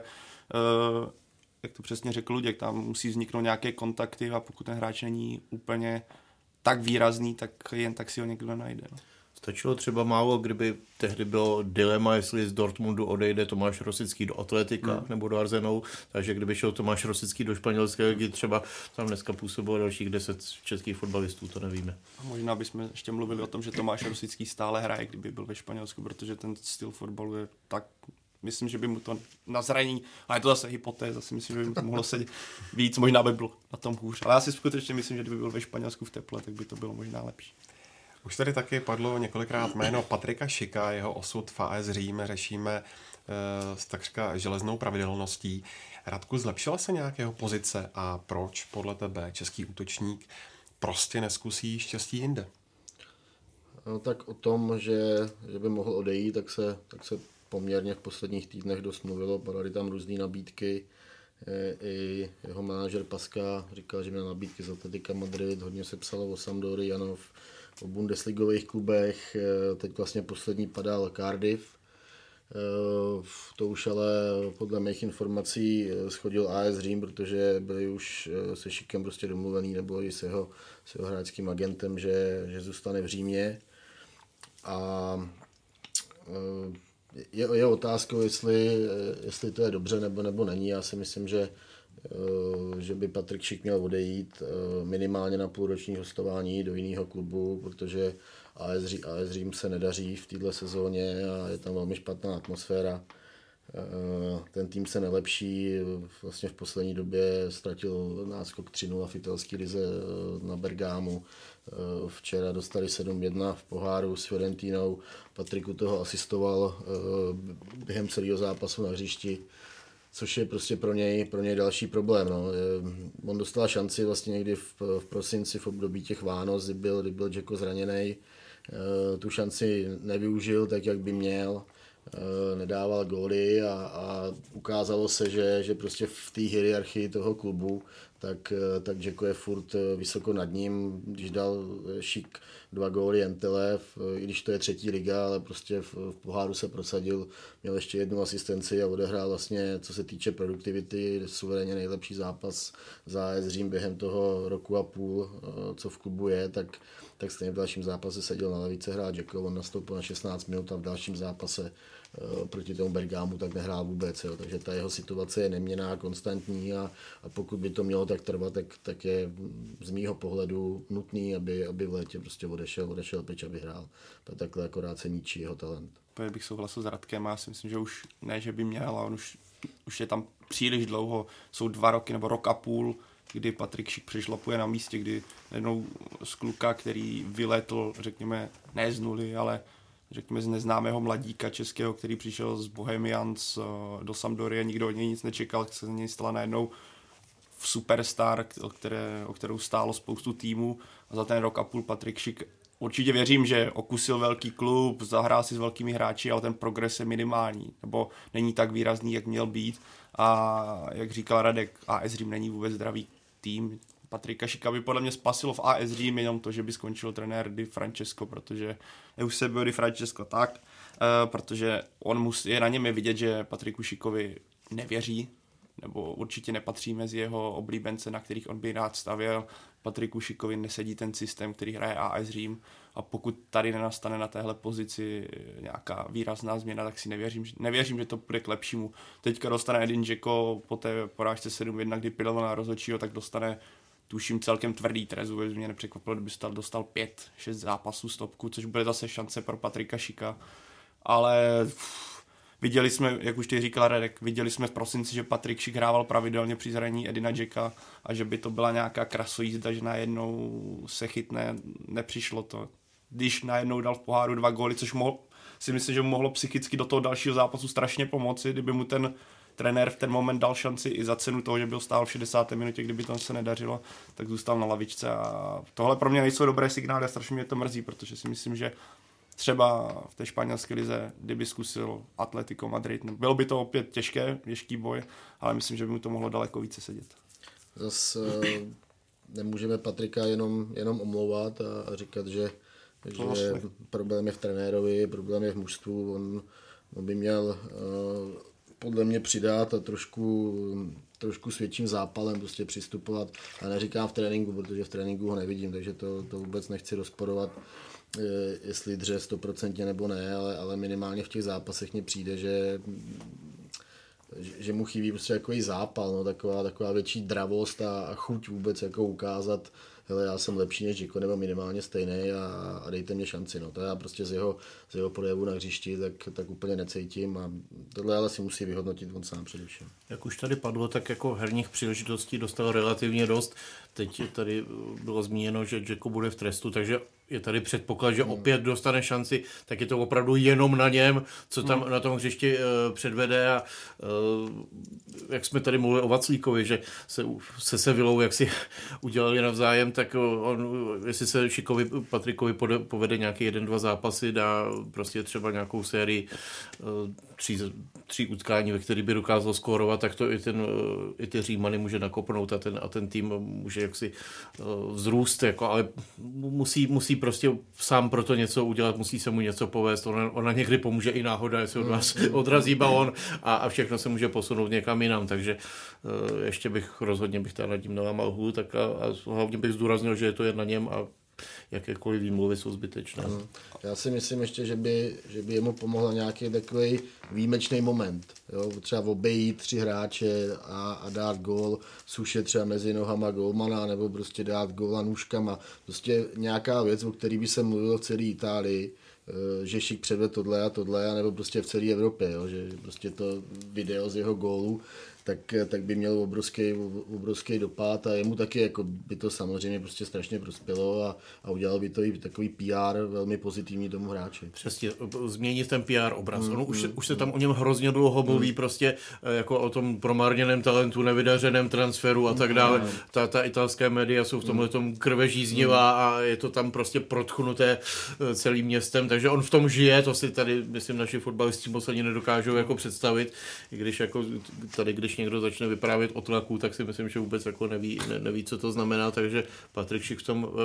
jak to přesně řekl Luděk, tam musí vzniknout nějaké kontakty a pokud ten hráč není úplně tak výrazný, tak jen tak si ho někdo najde. No. Stačilo třeba málo, kdyby tehdy bylo dilema, jestli z Dortmundu odejde Tomáš Rosický do Atletika nebo do Arsenalu, takže kdyby šel Tomáš Rosický do španělské ligy, třeba tam dneska působilo dalších 10 českých fotbalistů, to nevíme. A možná bychom ještě mluvili o tom, že Tomáš Rosický stále hraje, kdyby byl ve Španělsku, protože ten styl fotbalu je tak, myslím, že by mu to na zranění, ale je to zase hypotéza, si myslím, že by mu to mohlo sedět víc, možná by bylo na tom hůř. Ale já si skutečně myslím, že kdyby byl ve Španělsku v teple, tak by to bylo možná lepší. Už tady taky padlo několikrát jméno Patrika Šika, jeho osud v AS Řím řešíme s takřka železnou pravidelností. Radku, zlepšila se nějak jeho pozice a proč podle tebe český útočník prostě neskusí štěstí jinde? No, tak o tom, že by mohl odejít, tak se poměrně v posledních týdnech dost mluvilo, padaly tam různé nabídky. I jeho manažer Paska říkal, že měl nabídky z Atletika Madrid, hodně se psalo o Sampdorii, Janov, o bundesligových klubech, teď vlastně poslední padal Cardiff. To už ale podle mých informací schodil AS Řím, protože byli už se Šikem prostě domluvený, nebo i s jeho hráčským agentem, že zůstane v Římě. A je otázkou, jestli to je dobře nebo není. Já si myslím, že by Patrik Šik měl odejít minimálně na půlroční hostování do jiného klubu, protože AS Řím se nedaří v této sezóně a je tam velmi špatná atmosféra. Ten tým se nelepší, vlastně v poslední době ztratil náskok 3-0 v italské lize na Bergámu. Včera dostali 7-1 v poháru s Fiorentinou. Patriku toho asistoval během celého zápasu na hřišti, což je prostě pro něj další problém. No. On dostal šanci vlastně někdy v prosinci v období těch Vánoc, kdy byl Džeko zraněný. Tu šanci nevyužil tak, jak by měl. Nedával góly a ukázalo se, že prostě v té hierarchii toho klubu tak Džeko je furt vysoko nad ním. Když dal Šik 2 góly Entele, i když to je 3. liga, ale prostě v poháru se prosadil, měl ještě 1 asistenci a odehrál vlastně, co se týče produktivity, suverénně nejlepší zápas za AS Řím během toho roku a půl, co v klubu je, tak stejně v dalším zápase seděl na lavice, hrál Džeko, on nastoupil na 16 minut a v dalším zápase proti tomu Bergámu tak nehrál vůbec, jo. Takže ta jeho situace je neměnná, konstantní a pokud by to mělo tak trvat, tak je z mýho pohledu nutný, aby v létě prostě odešel pryč, aby hrál. Takhle akorát se ničí jeho talent. Úplně bych souhlasil s Radkem a já si myslím, že už ne, že by měl, ale on už je tam příliš dlouho, jsou 2 roky nebo rok a půl, kdy Patrik Šik přešlapuje na místě, kdy jednou z kluka, který vyletl, řekněme, ne z nuly, ale řekněme z neznámého mladíka českého, který přišel z Bohemians do Sampdorie, nikdo od něj nic nečekal, se z něj stala najednou superstar, o kterou stálo spoustu týmů a za ten rok a půl Patrik Šik určitě věřím, že okusil velký klub, zahrál si s velkými hráči, ale ten progres je minimální, nebo není tak výrazný, jak měl být a jak říkal Radek, AS Řím není vůbec zdravý tým. Patrika Šika by podle mě spasilo v AS Řím jenom to, že by skončil trenér Di Francesco, protože Eusebio Di Francesco tak, protože je na něm je vidět, že Patriku Šikovi nevěří, nebo určitě nepatří mezi jeho oblíbence, na kterých on by rád stavěl. Patriku Šikovi nesedí ten systém, který hraje AS Řím a pokud tady nenastane na téhle pozici nějaká výrazná změna, tak si nevěřím, že to bude k lepšímu. Teďka dostane Edin Dzeko po té porážce 7-1, kdy piloval na rozhodčího, tak dostane tuším celkem tvrdý trest, vůbec mě nepřekvapilo, kdyby dostal 5-6 zápasů stopku, což bude zase šance pro Patrika Šika. Ale viděli jsme, jak už ty říkal Radek, viděli jsme v prosinci, že Patrik Šik hrával pravidelně při zranění Edina Dzeka a že by to byla nějaká krasojízda, že najednou se chytne, nepřišlo to. Když najednou dal v poháru 2 góly, což si myslím, že mu mohlo psychicky do toho dalšího zápasu strašně pomoci, kdyby mu ten trenér v ten moment dal šanci i za cenu toho, že byl stál v 60. minutě, kdyby to se nedařilo, tak zůstal na lavičce a tohle pro mě nejsou dobré signály a strašně mě to mrzí, protože si myslím, že třeba v té španělské lize, kdyby zkusil Atletico Madrid, bylo by to opět těžký boj, ale myslím, že by mu to mohlo daleko více sedět. Zase nemůžeme Patrika jenom omlouvat a říkat, že problém je v trenérovi, problém je v mužstvu, on by měl podle mě přidat a trošku s větším zápalem prostě přistupovat. A neříkám v tréninku, protože v tréninku ho nevidím, takže to vůbec nechci rozporovat. jestli dře 100% nebo ne, ale minimálně v těch zápasech mně přijde, že mu chybí prostě takový zápal, no, taková větší dravost a chuť vůbec jako ukázat, hele, já jsem lepší než Dzeko, nebo minimálně stejný a dejte mě šanci. No. To já prostě z jeho projevu na hřišti tak úplně necítím a tohle ale si musí vyhodnotit on sám především. Jak už tady padlo, tak jako herních příležitostí dostal relativně dost. Teď tady bylo zmíněno, že Dzeko bude v trestu, takže je tady předpoklad, že opět dostane šanci, tak je to opravdu jenom na něm, co tam na tom hřišti předvede a jak jsme tady mluvili o Vaclíkovi, že se Sevillou jak si udělali navzájem, tak on, jestli se Šikovi Patrikovi povede nějaký 1-2 zápasy, dá prostě třeba nějakou sérii 3 utkání, ve kterých by dokázal skórovat, tak to i ty Římany může nakopnout a ten tým může jaksi vzrůst, jako, ale musí prostě sám pro to něco udělat, musí se mu něco povést, ona někdy pomůže i náhoda, jestli od vás odrazí balon a všechno se může posunout někam jinam, takže ještě rozhodně bych tady nad tím nelámal hůl, tak a hlavně bych zdůraznil, že je to jen na něm a jakékoliv výmluvy jsou zbytečné. Já si myslím ještě, že by jemu pomohl nějaký takový výjimečný moment. Jo? Třeba obejít 3 hráče a dát gól, suše třeba mezi nohama golmana, nebo prostě dát góla nůžkama. Prostě nějaká věc, o který by se mluvilo v celé Itálii, že Šik předvedl tohle, nebo prostě v celé Evropě, jo? Že prostě to video z jeho gólu, tak by měl obrovský dopad a jemu taky jako by to samozřejmě prostě strašně prospělo a udělal by to i takový PR velmi pozitivní tomu hráči. Přesně, změnit ten PR obraz. Už se tam o něm hrozně dlouho mluví prostě jako o tom promarněném talentu, nevydařeném transferu a tak dále. Ta italská média jsou v tomhletom krvežíznivá a je to tam prostě protchnuté celým městem, takže on v tom žije, to si tady, myslím, naši fotbalisti moc ani nedokážou jako představit, i když jako tady, když někdo začne vyprávět o tlaku, tak si myslím, že vůbec jako neví, co to znamená, takže Patrik Šik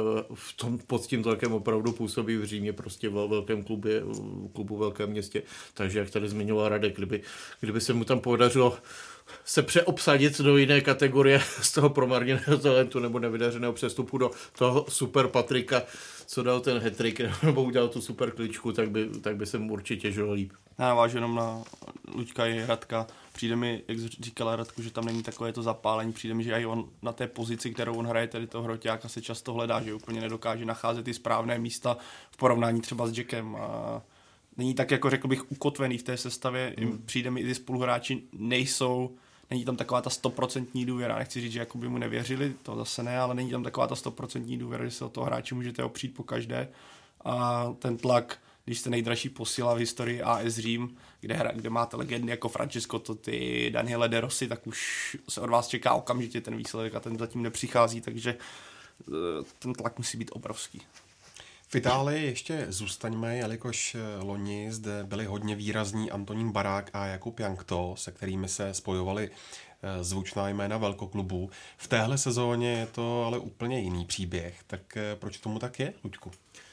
v tom pod tím tlakem opravdu působí v Římě, prostě v velkém klubu velkém městě, takže jak tady zmiňoval Radek, kdyby se mu tam podařilo se přeobsadit do jiné kategorie z toho promarněného talentu nebo nevydařeného přestupu do toho super Patrika, co dal ten hat-trick nebo udělal tu super kličku, tak by se mu určitě žilo líp. Já navážu jenom na Luďka i Radka. Přijde mi, jak říkala Radku, že tam není takové to zapálení, přijde mi, že i on na té pozici, kterou on hraje, tedy toho hroťáka, se často hledá, že úplně nedokáže nacházet ty správné místa v porovnání třeba s Jackem. A není tak, jako řekl bych, ukotvený v té sestavě. Přijde mi, i ty spoluhráči není tam taková ta 100% důvěra. Nechci říct, že jako by mu nevěřili, to zase ne, ale není tam taková ta 100% důvěra, že se od toho hráče můžete opřít po každé. A ten tlak, když jste nejdražší posila v historii AS Řím, kde máte legendy jako Francesco Totti, Daniele De Rossi, tak už se od vás čeká okamžitě ten výsledek a ten zatím nepřichází, takže ten tlak musí být obrovský. V Itálii ještě zůstaňme, jelikož loni zde byli hodně výrazní Antonín Barák a Jakub Jankto, se kterými se spojovali zvučná jména velkoklubů. V téhle sezóně je to ale úplně jiný příběh, tak proč tomu tak je, Luďku?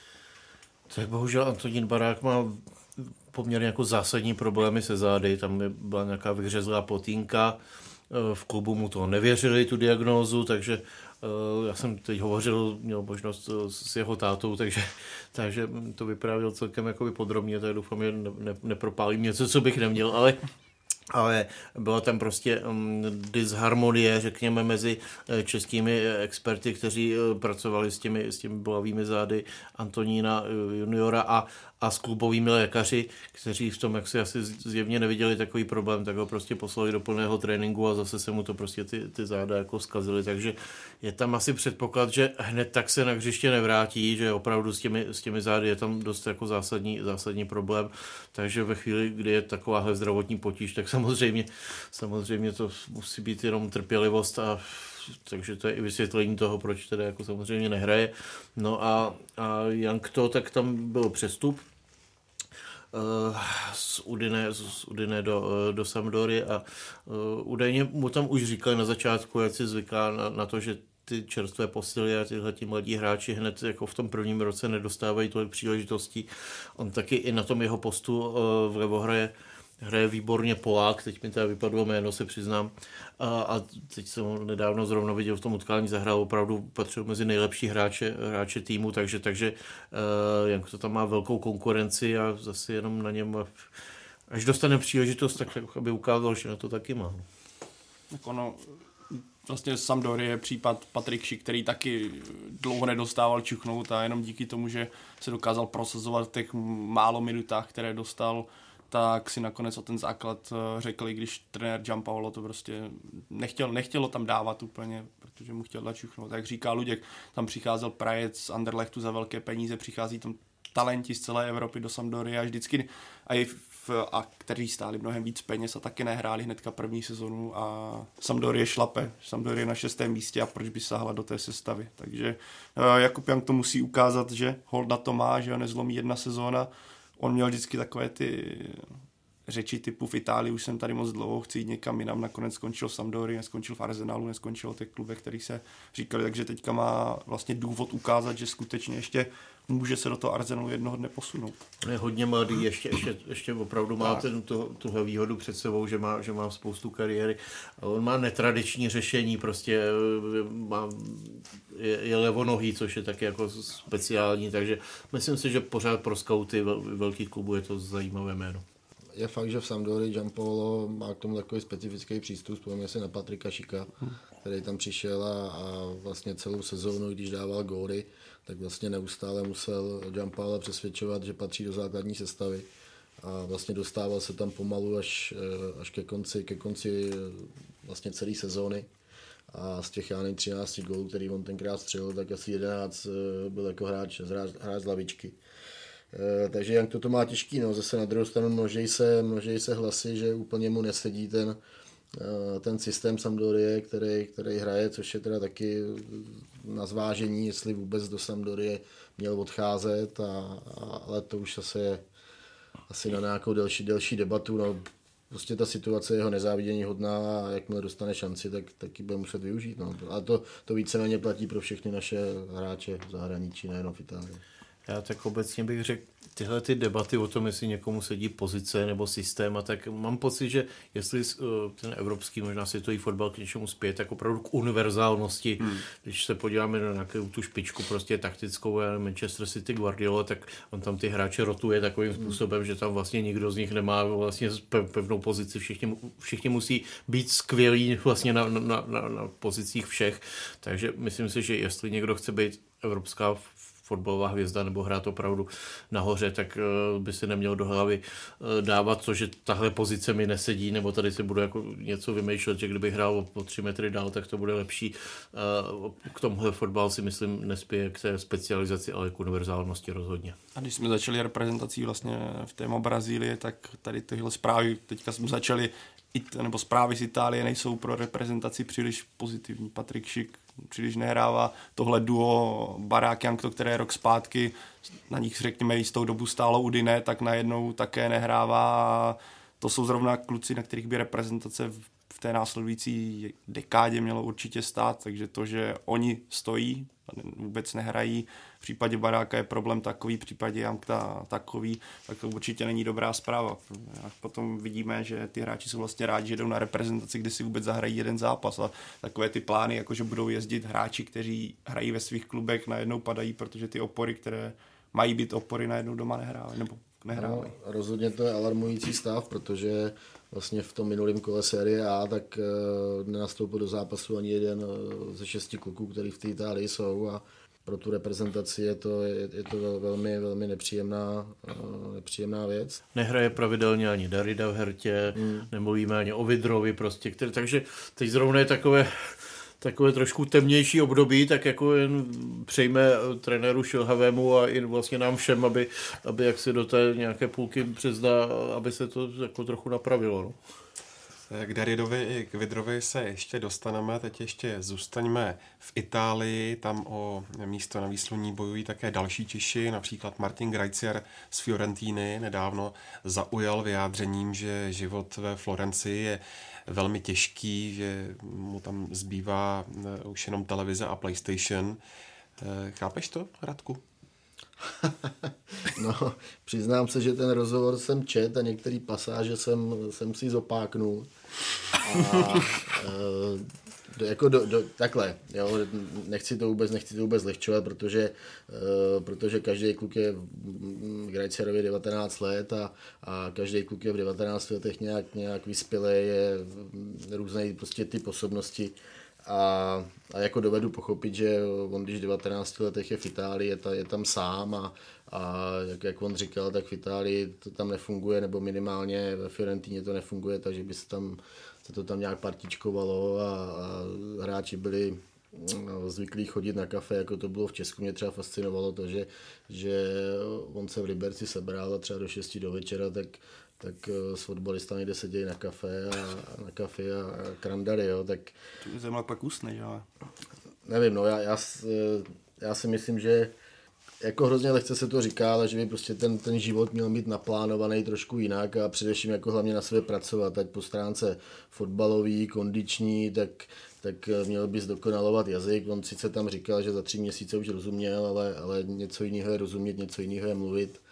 Tak bohužel Antonín Barák má poměrně jako zásadní problémy se zády, tam byla nějaká vyhřezlá potínka, v klubu mu to nevěřili, tu diagnózu, takže já jsem teď měl možnost s jeho tátou, takže to vyprávěl celkem jakoby podrobně, tak doufám, že nepropálím něco, co bych neměl, ale byla tam prostě disharmonie, řekněme, mezi českými experty, kteří pracovali s těmi bolavými zády Antonína juniora a s klubovými lékaři, kteří v tom jak si asi zjevně neviděli takový problém, tak ho prostě poslali do plného tréninku a zase se mu to prostě ty záda jako zkazily, takže je tam asi předpoklad, že hned tak se na hřiště nevrátí, že opravdu s těmi zády je tam dost jako zásadní problém, takže ve chvíli, kdy je takováhle zdravotní potíž, tak samozřejmě to musí být jenom trpělivost takže to je i vysvětlení toho, proč teda jako samozřejmě nehraje. No a Jankto, tak tam byl přestup z Udine do Sampdory a údajně mu tam už říkali na začátku, jak si zvyká na to, že ty čerstvé posily a tyhleti mladí hráči hned jako v tom prvním roce nedostávají tolik příležitostí. On taky i na tom jeho postu v levohraje hraje výborně Polák, teď mi teda vypadlo jméno, se přiznám. A teď jsem ho nedávno zrovna viděl v tom utkání, zahrál opravdu, patřil mezi nejlepší hráče týmu, takže Jank to tam má velkou konkurenci a zase jenom na něm, až dostane příležitost, tak aby ukázal, že na to taky má. Tak ono, vlastně Sampdory je případ Patrik Schick, který taky dlouho nedostával čuchnout a jenom díky tomu, že se dokázal prosazovat v těch málo minutách, které dostal, tak si nakonec o ten základ řekli, když trenér Giampaolo to prostě nechtělo tam dávat úplně, protože mu chtěl dát čuchnout. Jak říká Luděk, tam přicházel Prajec z Anderlechtu za velké peníze, přichází tam talenti z celé Evropy do Sampdory a vždycky a kteří stáli mnohem víc peněz a taky nehráli hnedka první sezonu a Sampdory šlape. Sampdory je na 6. místě a proč by sáhla do té sestavy. Takže Jakub Jank to musí ukázat, že hold na to má, že ho nezlomí jedna sezóna. On měl vždycky takové ty řeči typu v Itálii, už jsem tady moc dlouho, chci jít někam jinam, nakonec skončil v Sampdory, neskončil v Arsenalu, neskončil v těch klubech, který se říkali, takže teďka má vlastně důvod ukázat, že skutečně ještě může se do toho Arsenalu jednoho dne posunout. Je hodně mladý, ještě opravdu má tuhle výhodu před sebou, že má spoustu kariéry. On má netradiční řešení, prostě je levonohý, což je taky jako speciální, takže myslím si, že pořád pro skauty velkých klubů je to zajímavé jméno. Je fakt, že v Sampdory Giampaolo má k tomu takový specifický přístup, vzpomněl se na Patrika Schicka, který tam přišel a vlastně celou sezónu, když dával góly, tak vlastně neustále musel Giampaolo přesvědčovat, že patří do základní sestavy a vlastně dostával se tam pomalu až ke konci vlastně celé sezóny a z těch 13 gólů, který on tenkrát střelil, tak asi 11 byl jako hráč z lavičky. Takže Jank to má těžký, no. Zase na druhou stranu množí se hlasy, že úplně mu nesedí ten systém Sampdorie, který hraje, což je teda taky na zvážení, jestli vůbec do Sampdorie měl odcházet, ale to už je asi na nějakou delší debatu. No. Prostě ta situace je jeho nezávidění hodná a jakmile dostane šanci, tak ji bude muset využít. No. Ale to víceméně platí pro všechny naše hráče v zahraničí, nejenom v Itálii. Já tak obecně bych řekl, tyhle ty debaty o tom, jestli někomu sedí pozice nebo systém, a tak mám pocit, že jestli ten evropský, možná světový fotbal k něčemu spěje, tak opravdu k univerzálnosti. Když se podíváme na nějakou tu špičku prostě taktickou, Manchester City Guardiola, tak on tam ty hráče rotuje takovým způsobem, že tam vlastně nikdo z nich nemá vlastně pevnou pozici, všichni musí být skvělí vlastně na pozicích všech. Takže myslím si, že jestli někdo chce být evropská fotbalová hvězda nebo hrát opravdu nahoře, tak by si neměl do hlavy dávat, co, že tahle pozice mi nesedí, nebo tady si budu jako něco vymýšlet, že kdyby hrál o 3 metry dál, tak to bude lepší. K tomuhle fotbal si myslím nespěje k té specializaci, ale k univerzálnosti rozhodně. A když jsme začali reprezentací vlastně v téma Brazílie, tak tady tyhle zprávy, teďka jsme začali, nebo zprávy z Itálie nejsou pro reprezentaci příliš pozitivní. Patrik Schick příliš nehrává, tohle duo Barák Jank, které rok zpátky, na nich řekněme jistou dobu stálo Udine, tak najednou také nehrává. To jsou zrovna kluci, na kterých by reprezentace v té následující dekádě mělo určitě stát, takže to, že oni stojí, vůbec nehrají, v případě Baráka je problém takový, v případě Jankta takový, tak to určitě není dobrá zpráva. A potom vidíme, že ty hráči jsou vlastně rádi, že jdou na reprezentaci, kde si vůbec zahrají jeden zápas a takové ty plány, jako že budou jezdit hráči, kteří hrají ve svých klubech, najednou padají, protože ty opory, které mají být opory, najednou doma nehrávají nebo nehrávají. No, rozhodně to je alarmující stav, protože vlastně v tom minulém kole série A tak nenastoupil do zápasu ani jeden ze 6 kluků, který v té Itálii jsou a pro tu reprezentaci je to velmi, velmi nepříjemná věc. Nehraje pravidelně ani Darida v Hertě, nemluvíme ani o Vidrovi prostě, takže teď zrovna je takové trošku temnější období, tak jako jen přejme trenéru Šilhavému a i vlastně nám všem, aby jak se do té nějaké půlky března, aby se to jako trochu napravilo. No. K Daridovi i k Vidrovi se ještě dostaneme, teď ještě zůstaňme v Itálii, tam o místo na výsluní bojují také další Češi, například Martin Grajcier z Fiorentíny nedávno zaujal vyjádřením, že život ve Florencii je velmi těžký, že mu tam zbývá už jenom televize a PlayStation. Chápeš to, Radku? No, přiznám se, že ten rozhovor jsem čet a některé pasáže jsem si zopáknul. A jako takhle, jo, nechci to vůbec lehčovat, protože každý kluk je v Grajcerovi 19 let a každý kluk je v 19 letech nějak vyspělý, je různý prostě typ osobnosti a jako dovedu pochopit, že on když v 19 letech je v Itálii, je tam sám a jak on říkal, tak v Itálii to tam nefunguje, nebo minimálně ve Fiorentíně to nefunguje, takže by se to tam nějak partičkovalo a hráči byli zvyklí chodit na kafe, jako to bylo v Česku. Mě třeba fascinovalo to, že on se v Liberci sebral a třeba do 6 do večera, tak s fotbalistami jde sedějí na kafe a krandali, jo, tak... To je zemlak pak usnej, ale... Nevím, no, já si myslím, že jako hrozně lehce se to říká, ale že by prostě ten život měl být naplánovaný trošku jinak a především jako hlavně na sebe pracovat, ať po stránce fotbalový, kondiční, tak měl by zdokonalovat jazyk. On sice tam říkal, že za 3 měsíce už rozuměl, ale něco jiného je rozumět, něco jiného je mluvit.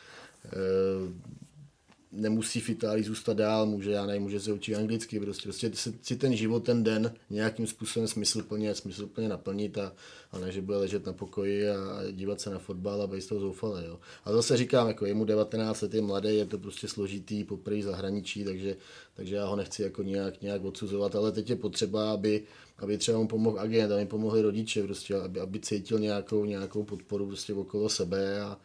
Nemusí v Itálii zůstat dál, může se učit anglicky, prostě si ten život, ten den nějakým způsobem smysluplně naplnit a ne, že bude ležet na pokoji a dívat se na fotbal a být z toho zoufalý. Jo. A zase říkám, jako je mu 19 let, je mladý, je to prostě složitý, poprvé zahraničí, takže já ho nechci jako nějak odsuzovat, ale teď je potřeba, aby třeba mu pomohl agent, aby pomohli rodiče, prostě, aby cítil nějakou podporu prostě okolo sebe a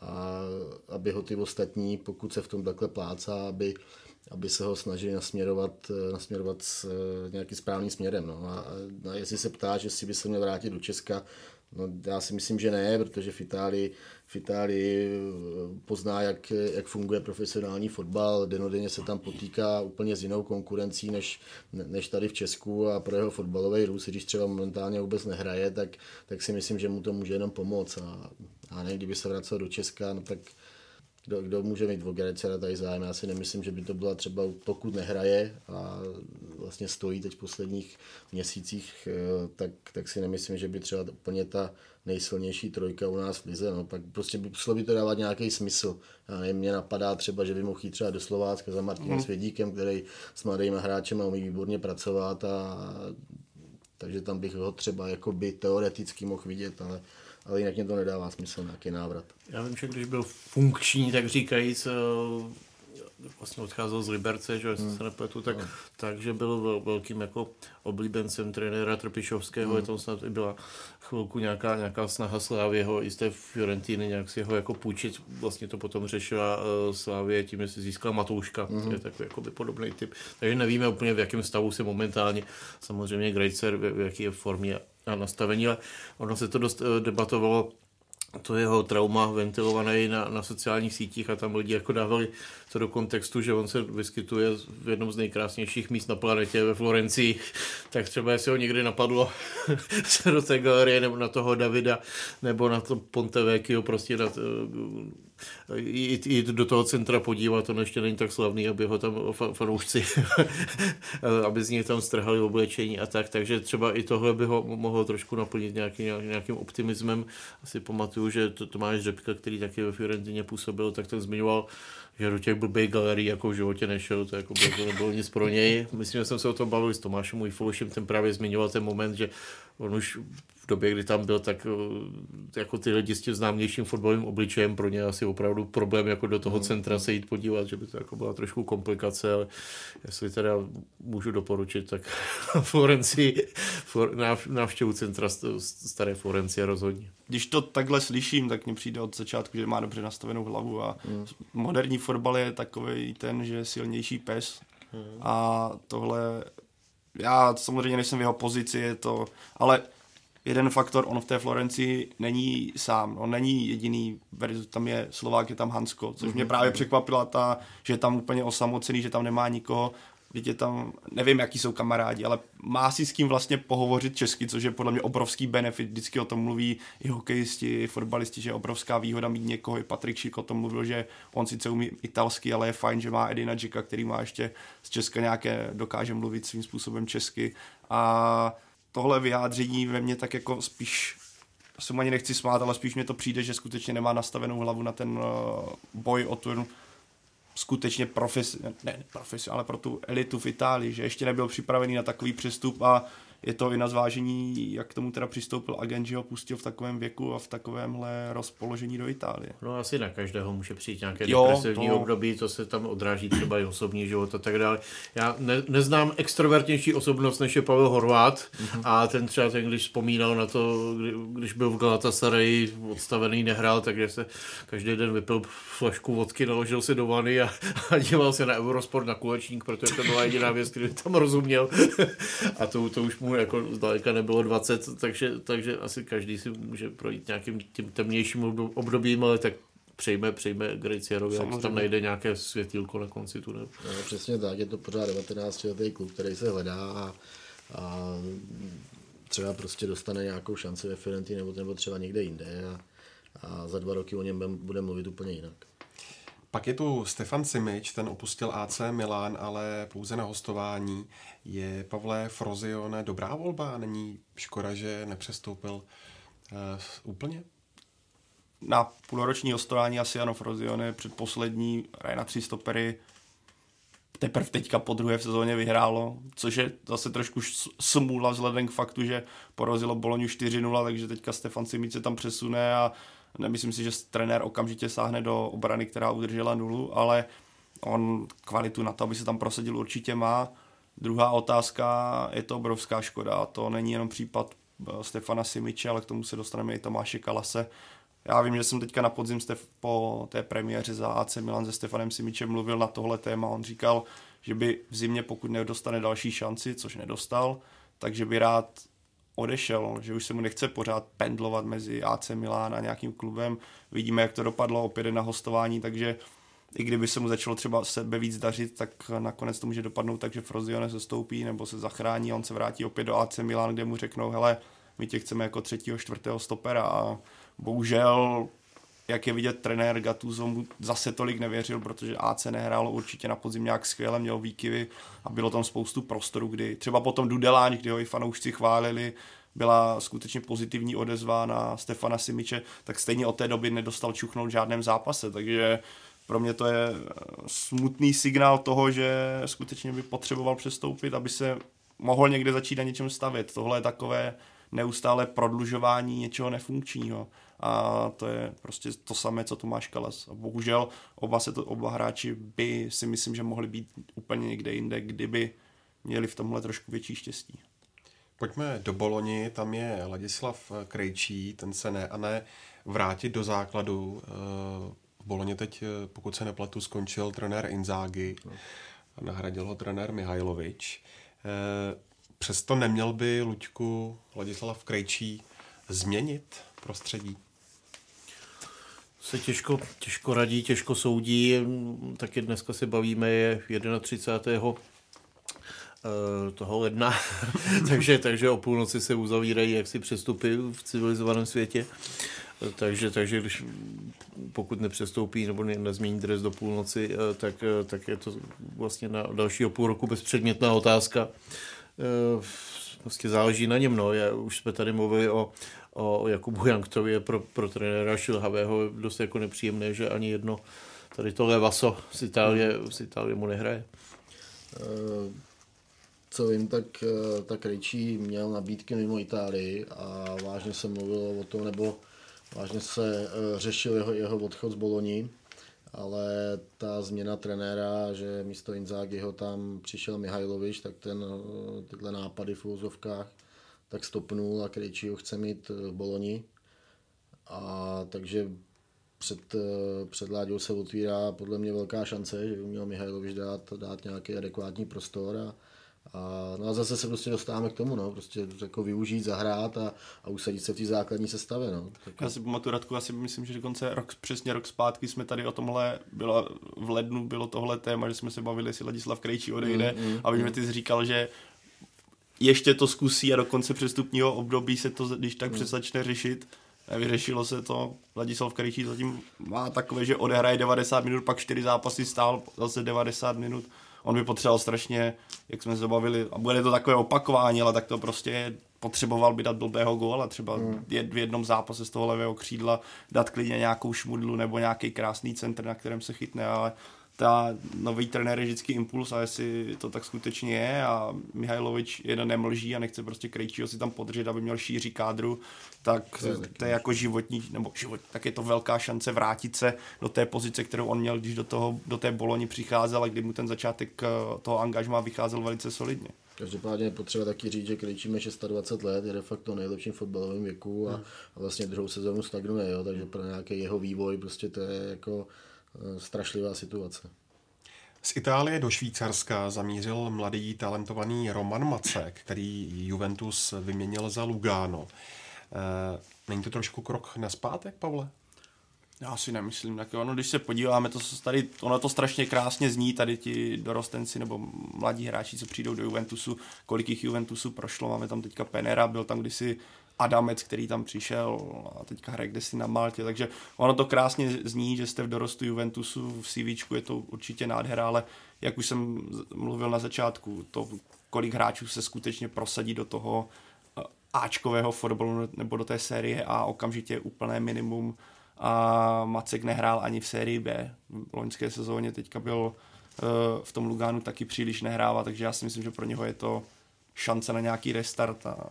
aby ho ty ostatní, pokud se v tom takhle plácá, aby se ho snažili nasměrovat s nějakým správným směrem. No. A jestli se ptáš, jestli by se měl vrátit do Česka, no, já si myslím, že ne, protože v Itálii pozná, jak funguje profesionální fotbal, dennodenně se tam potýká úplně s jinou konkurencí než tady v Česku a pro jeho fotbalový růst, když třeba momentálně vůbec nehraje, tak si myslím, že mu to může jenom pomoct. A ne, kdyby se vracel do Česka, no tak kdo může mít o Grajcera tady zájem? Já si nemyslím, že by to byla třeba, pokud nehraje a vlastně stojí teď v posledních měsících, tak si nemyslím, že by třeba úplně ta nejsilnější trojka u nás v lize. No. Pak prostě by to dávat nějaký smysl. Mně napadá třeba, že by mohl jít třeba do Slovácka za Martinem Svědíkem, který s mladými hráčemi umí výborně pracovat takže tam bych ho třeba jakoby teoreticky mohl vidět, ale jinak mě to nedává smysl, nějaký návrat. Já vím, že když byl funkční, tak říkajíc, vlastně odcházel z Liberce, že se nepletu, takže byl velkým jako oblíbencem trenéra Trpišovského, tam snad byla chvilku nějaká snaha Slávěho i z té Fiorentíny nějak si ho jako půjčit, vlastně to potom řešila Slávě tím, že si získala Matouška, to je takový jakoby podobný typ, takže nevíme úplně v jakém stavu se momentálně, samozřejmě Grajcer v jaký je formě a nastavení, ale ono se to dost debatovalo, to jeho trauma ventilované na sociálních sítích a tam lidi jako dávali to do kontextu, že on se vyskytuje v jednom z nejkrásnějších míst na planetě ve Florencii, tak třeba jestli ho někdy napadlo se do té galerie nebo na toho Davida nebo na to Ponte Vecchio prostě jít do toho centra podívat, to ještě není tak slavný, aby ho tam fanoušci aby z něj tam strhali oblečení a takže třeba i tohle by ho mohlo trošku naplnit nějakým optimismem. Asi pamatuju, že Tomáš Řepka, který taky ve Fiorentině působil, tak ten zmiňoval, že do těch blbých galerií jako v životě nešel, to jako nebylo nic pro něj. Myslím, že jsem se o tom bavil s Tomášem Ujfoušem, ten právě zmiňoval ten moment, že on už v době, kdy tam byl, tak jako ty lidi s tím známějším fotbalovým obličejem pro ně asi opravdu problém jako do toho centra se jít podívat, že by to jako byla trošku komplikace, ale jestli teda můžu doporučit, tak Florencii, návštěvu centra staré Florencie rozhodně. Když to takhle slyším, tak mně přijde od začátku, že má dobře nastavenou hlavu a moderní fotbal je takový ten, že je silnější pes a tohle, já samozřejmě nejsem v jeho pozici, je to, ale jeden faktor, on v té Florencii není sám, on není jediný, tam je Slovák, je tam Hansko, což mě právě překvapila že je tam úplně osamocený, že tam nemá nikoho, teď je tam, nevím, jaký jsou kamarádi, ale má si s kým vlastně pohovořit česky, což je podle mě obrovský benefit, vždycky o tom mluví i hokejisti, i fotbalisti, že je obrovská výhoda mít někoho, i Patrik Šik o tom mluvil, že on sice umí italsky, ale je fajn, že má Edina Džika, který má ještě z Česka dokáže mluvit svým způsobem česky a tohle vyjádření ve mně tak jako spíš se mu ani nechci smát, ale spíš mě to přijde, že skutečně nemá nastavenou hlavu na ten boj o tu skutečně ale pro tu elitu v Itálii, že ještě nebyl připravený na takový přestup a je to i na zvážení, jak k tomu teda přistoupil agent, že ho pustil v takovém věku a v takovémhle rozpoložení do Itálie. No asi na každého může přijít nějaké depresivní období, to se tam odráží třeba i osobní život a tak dále. Já neznám extrovertnější osobnost, než je Pavel Horváth a ten třeba když vzpomínal na to, když byl v Galatasaray odstavený, nehrál, takže se každý den vypil flašku vodky, naložil si do vany a díval se na Eurosport na kulečník, protože to byla jediná věc, kterou tam rozuměl a to už mu jako zdaleka nebylo 20, takže asi každý si může projít nějakým tím temnějším obdobím, ale tak přejme Grejcierovi, jak tam najde nějaké světýlko na konci tunelu. No, přesně tak, je to pořád 19letý klub, který se hledá a třeba prostě dostane nějakou šanci ve Fiorentini nebo třeba někde jinde a za 2 roky o něm bude mluvit úplně jinak. Pak je tu Stefan Simic, ten opustil AC Milan, ale pouze na hostování. Je Pavle Frosinone dobrá volba? Není škoda, že nepřestoupil úplně? Na půlroční hostování asi ano, Frosinone předposlední, hraje na 3 stopery, teprve teďka po druhé v sezóně vyhrálo, což je zase trošku smůla vzhledem k faktu, že porazilo Bolognu 4-0, takže teďka Stefan Simic se tam přesune a nemyslím si, že trenér okamžitě sáhne do obrany, která udržela 0, ale on kvalitu na to, aby se tam prosadil, určitě má. Druhá otázka, je to obrovská škoda a to není jenom případ Stefana Simiče, ale k tomu se dostaneme i Tomáše Kalase. Já vím, že jsem teďka na podzim po té premiéře za AC Milan se Stefanem Simičem mluvil na tohle téma. On říkal, že by v zimě, pokud nedostane další šanci, což nedostal, takže by rád odešel, že už se mu nechce pořád pendlovat mezi AC Milan a nějakým klubem. Vidíme, jak to dopadlo, opět na hostování, takže i kdyby se mu začalo třeba sebe víc dařit, tak nakonec to může dopadnout tak, že Frosinone se stoupí nebo se zachrání a on se vrátí opět do AC Milan, kde mu řeknou, hele, my tě chceme jako 3., 4. stopera a bohužel, jak je vidět, trenér Gattuso mu zase tolik nevěřil, protože AC nehrálo určitě na podzim nějak skvěle, měl výkyvy a bylo tam spoustu prostoru, kdy třeba potom Dudeláň, kdy ho i fanoušci chválili, byla skutečně pozitivní odezva na Stefana Simiče, tak stejně od té doby nedostal čuchnout v žádném zápase, takže pro mě to je smutný signál toho, že skutečně by potřeboval přestoupit, aby se mohl někde začít na něčem stavět. Tohle je takové neustále prodlužování něčeho nefunkčního a to je prostě to samé, co Tomáš Kalas. A bohužel oba hráči by si myslím, že mohli být úplně někde jinde, kdyby měli v tomhle trošku větší štěstí. Pojďme do Boloni, tam je Ladislav Krejčí, ten se ne vrátit do základu. V Boloně teď, pokud se nepletu, skončil trenér Inzaghi, nahradil ho trenér Mihajlovič. Přesto neměl by, Luďku, Ladislav Krejčí změnit prostředí? Se těžko radí, těžko soudí, taky dneska se bavíme, je 31. toho ledna, takže o půlnoci se uzavírají jaksi přestupy v civilizovaném světě. Takže když pokud nepřestoupí nebo nezmění dres do půlnoci, tak je to vlastně na dalšího půl roku bezpředmětná otázka. Vlastně záleží na něm. No. Už jsme tady mluvili o Jakubu Janktovi, pro trenéra šilhavého dost jako nepříjemné, že ani jedno tady tohle vaso z Itálie mu nehraje. Co vím, tak Krejčí měl nabídky mimo Itálii a vážně se mluvilo o tom, nebo vážně se řešil jeho odchod z Boloni, ale ta změna trenéra, že místo Inzaghiho tam přišel Mihajlovič, tak tyhle nápady v úvozovkách tak stopnul a Krejčí ho chce mít v Boloni. A takže před Láďou se otvírá podle mě velká šance, že by měl Mihajlovič dát nějaký adekvátní prostor a zase se prostě dostáváme k tomu, no, prostě jako využít, zahrát a usadit se v té základní sestavě, no. Já si pamatuju, Radku, asi myslím, že dokonce přesně rok zpátky jsme tady o tomhle, v lednu bylo tohle téma, že jsme se bavili, jestli Ladislav Krejčí odejde a vím, že ty jsi říkal, že ještě to zkusí a do konce přestupního období se to, když tak začne řešit. Vyřešilo se to, Ladislav Krejčí zatím má takové, že odehraje 90 minut, pak 4 zápasy stál, zase 90 minut. On by potřeboval strašně, jak jsme se bavili, a bude to takové opakování, ale tak to prostě je potřeboval by dát blbého góla, třeba v jednom zápase z toho levého křídla dát klidně nějakou šmudlu nebo nějaký krásný centr, na kterém se chytne, ale ta nový trenér je vždycky impuls a jestli to tak skutečně je a Mihajlovič jeden nemlží a nechce prostě Krejčího si tam podržet, aby měl šíří kádru, tak to je jako životní, tak je to velká šance vrátit se do té pozice, kterou on měl, když do té Boloni přicházel a kdy mu ten začátek toho angažmá vycházel velice solidně. Každopádně je potřeba taky říct, že Krejčí má 26 let, je de facto nejlepším fotbalovým věku a vlastně druhou sezónu stagnuje, jo, takže pro nějaký jeho vývoj prostě to je jako strašlivá situace. Z Itálie do Švýcarska zamířil mladý talentovaný Roman Macek, který Juventus vyměnil za Lugano. Není to trošku krok nazpátek, Pavle? Já si nemyslím, tak ono, když se podíváme, ono to strašně krásně zní, tady ti dorostenci nebo mladí hráči, co přijdou do Juventusu, kolik jich Juventusu prošlo, máme tam teďka Penera, byl tam kdysi Adamec, který tam přišel a teďka hraje kdesi na Maltě, takže ono to krásně zní, že jste v dorostu Juventusu, v CVčku je to určitě nádhera, ale jak už jsem mluvil na začátku, to, kolik hráčů se skutečně prosadí do toho áčkového fotbalu nebo do té série A, okamžitě úplné minimum a Macek nehrál ani v sérii B v loňské sezóně, teďka byl v tom Lugánu taky příliš nehrává, takže já si myslím, že pro něho je to šance na nějaký restart a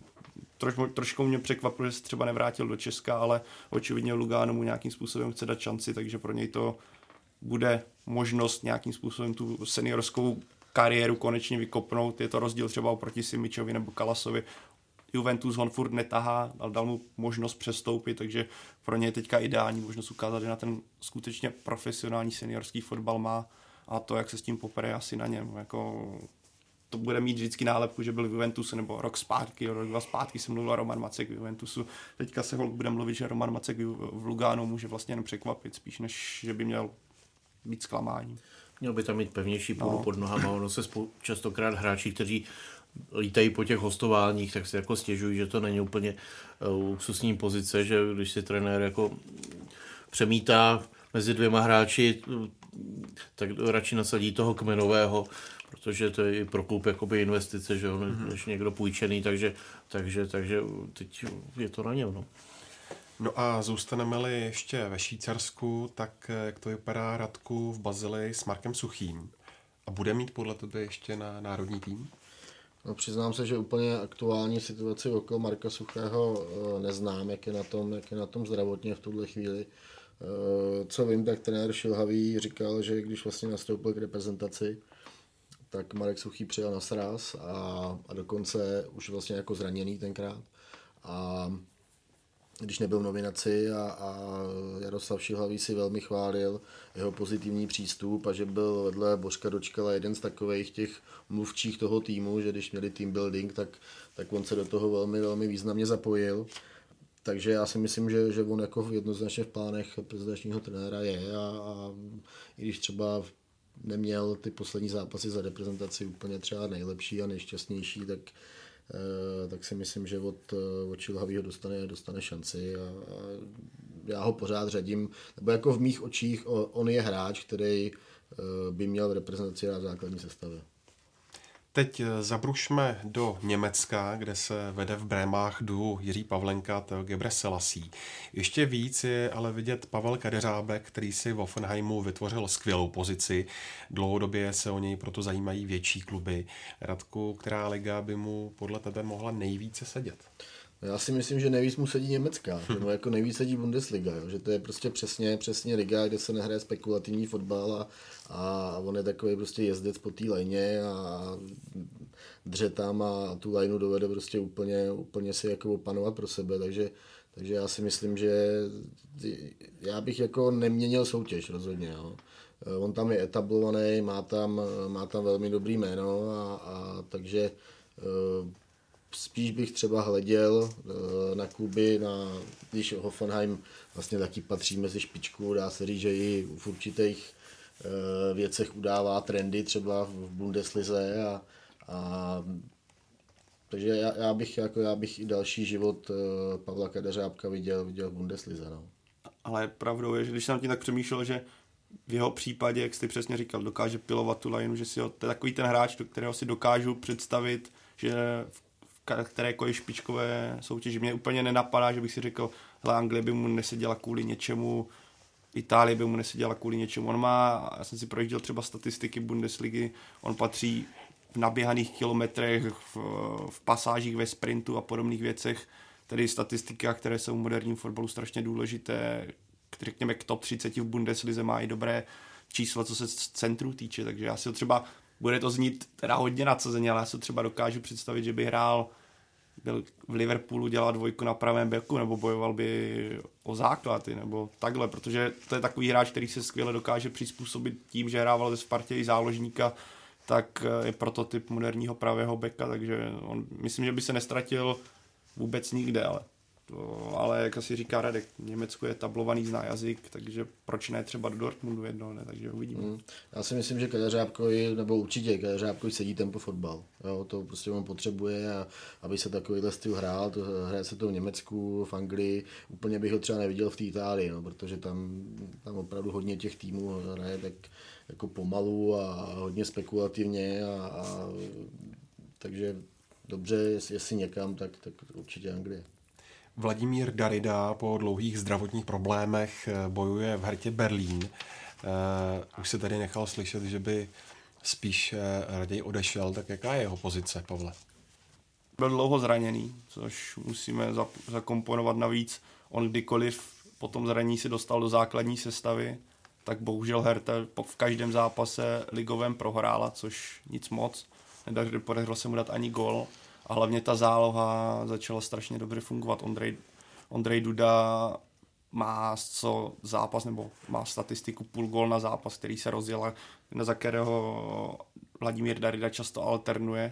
trošku mě překvapilo, že se třeba nevrátil do Česka, ale očividně Lugano mu nějakým způsobem chce dát šanci, takže pro něj to bude možnost nějakým způsobem tu seniorskou kariéru konečně vykopnout. Je to rozdíl třeba oproti Simičovi nebo Kalasovi. Juventus on furt netahá, ale dal mu možnost přestoupit, takže pro ně je teďka ideální možnost ukázat, že na ten skutečně profesionální seniorský fotbal má a to, jak se s tím popere, asi na něm. Jako to bude mít vždycky nálepku, že byl v Juventusu, nebo rok dva zpátky se mluvil Roman Macek v Juventusu. Teďka se bude mluvit, že Roman Macek v Lugano může vlastně jen překvapit, spíš než že by měl být zklamáním. Měl by tam mít pevnější půdu pod nohama, ono se častokrát hráči, kteří lítají po těch hostováních, tak se jako stěžují, že to není úplně luxusní pozice, že když si trenér jako přemítá mezi dvěma hráči, tak radši nasadí toho kmenového, protože to je i pro klub jakoby investice, že on než někdo půjčený, takže teď je to na něm. No. No a zůstaneme-li ještě ve Švýcarsku, tak jak to vypadá, Radku, v Bazilii s Markem Suchým? A bude mít podle tebe ještě na národní tým? No, přiznám se, že úplně aktuální situaci okolo Marka Suchého neznám, jak je na tom zdravotně v tuhle chvíli. Co vím, tak trenér Šilhavý říkal, že když vlastně nastoupil k reprezentaci, tak Marek Suchý přijel na sraz a dokonce už vlastně jako zraněný tenkrát. A když nebyl v nominaci a Jaroslav Šilhavý si velmi chválil jeho pozitivní přístup a že byl vedle Bořka Dočkala jeden z takových těch mluvčích toho týmu, že když měli team building, tak on se do toho velmi, velmi významně zapojil. Takže já si myslím, že on jako jednoznačně v plánech reprezentačního trenéra je a i když třeba neměl ty poslední zápasy za reprezentaci úplně třeba nejlepší a nejšťastnější, tak si myslím, že od Šilhavýho dostane šanci a já ho pořád řadím, nebo jako v mých očích on je hráč, který by měl v reprezentaci hrát v základní sestavě. Teď zabrušme do Německa, kde se vede v Brémách duo Jiří Pavlenka a Theo Gebrselassie. Ještě víc je ale vidět Pavel Kadeřábek, který si v Hoffenheimu vytvořil skvělou pozici. Dlouhodobě se o něj proto zajímají větší kluby. Radku, která liga by mu podle tebe mohla nejvíce sedět? Já si myslím, že nejvíc mu sedí německá, že mu jako nejvíc sedí Bundesliga, jo? Že to je prostě přesně liga, kde se nehraje spekulativní fotbal a on je takový prostě jezdec po té lajně a dře tam a tu lajnu dovede prostě úplně si jako opanovat pro sebe, takže já si myslím, že já bych jako neměnil soutěž rozhodně, jo? On tam je etablovaný, má tam velmi dobrý jméno a takže spíš bych třeba hleděl na kluby, když Hoffenheim vlastně taky patří mezi špičku, dá se říct, že i v určitých věcech udává trendy třeba v Bundeslize takže já bych i další život Pavla Kadeřábka viděl v Bundeslize. No. Ale pravdou je, že když jsem tím tak přemýšlel, že v jeho případě, jak jsi přesně říkal, dokáže pilovat tu lajnu, že to je takový ten hráč, do kterého si dokážu představit, že v kterékoliv špičkové soutěži. Mě úplně nenapadá, že bych si řekl, hele, Anglie by mu neseděla kvůli něčemu, Itálie by mu neseděla kvůli něčemu. Já jsem si projížděl třeba statistiky Bundesligy, on patří v naběhaných kilometrech, v pasážích ve sprintu a podobných věcech, tedy statistika, které jsou v moderním fotbalu strašně důležité, řekněme k top 30 v Bundeslize má i dobré čísla, co se centrů týče, takže já si ho třeba, bude to znít teda hodně nadsazeně, ale já si třeba dokážu představit, že by byl v Liverpoolu, dělal dvojku na pravém beku, nebo bojoval by o základy, nebo takhle, protože to je takový hráč, který se skvěle dokáže přizpůsobit tím, že hrával ze Spartě i záložníka, tak je prototyp moderního pravého beka, takže myslím, že by se nestratil vůbec nikde, ale jak asi říká Radek, v Německu je tablovaný, zná jazyk, takže proč ne třeba do Dortmundu jedno, ne? Takže uvidíme. Já si myslím, že Kadeřábkovi, nebo určitě Kadeřábkovi sedí tempo fotbal. Jo, to prostě on potřebuje, a aby se takovýhle styl hrál, hraje se to v Německu, v Anglii, úplně bych ho třeba neviděl v té Itálii, no, protože tam opravdu hodně těch týmů hraje tak jako pomalu a hodně spekulativně takže dobře, jestli někam, tak určitě Anglie. Vladimír Darida po dlouhých zdravotních problémech bojuje v Hertě Berlín. Už se tady nechal slyšet, že by spíš raději odešel, tak jaká je jeho pozice, Pavle? Byl dlouho zraněný, což musíme zakomponovat navíc. On kdykoliv po tom zranění se dostal do základní sestavy, tak bohužel Hertha v každém zápase ligovém prohrála, což nic moc. Nepodařilo se mu dát ani gól. A hlavně ta záloha začala strašně dobře fungovat. Ondrej Duda má zápas, nebo má statistiku půl gól na zápas, který se rozjel, za kterého Vladimír Darida často alternuje.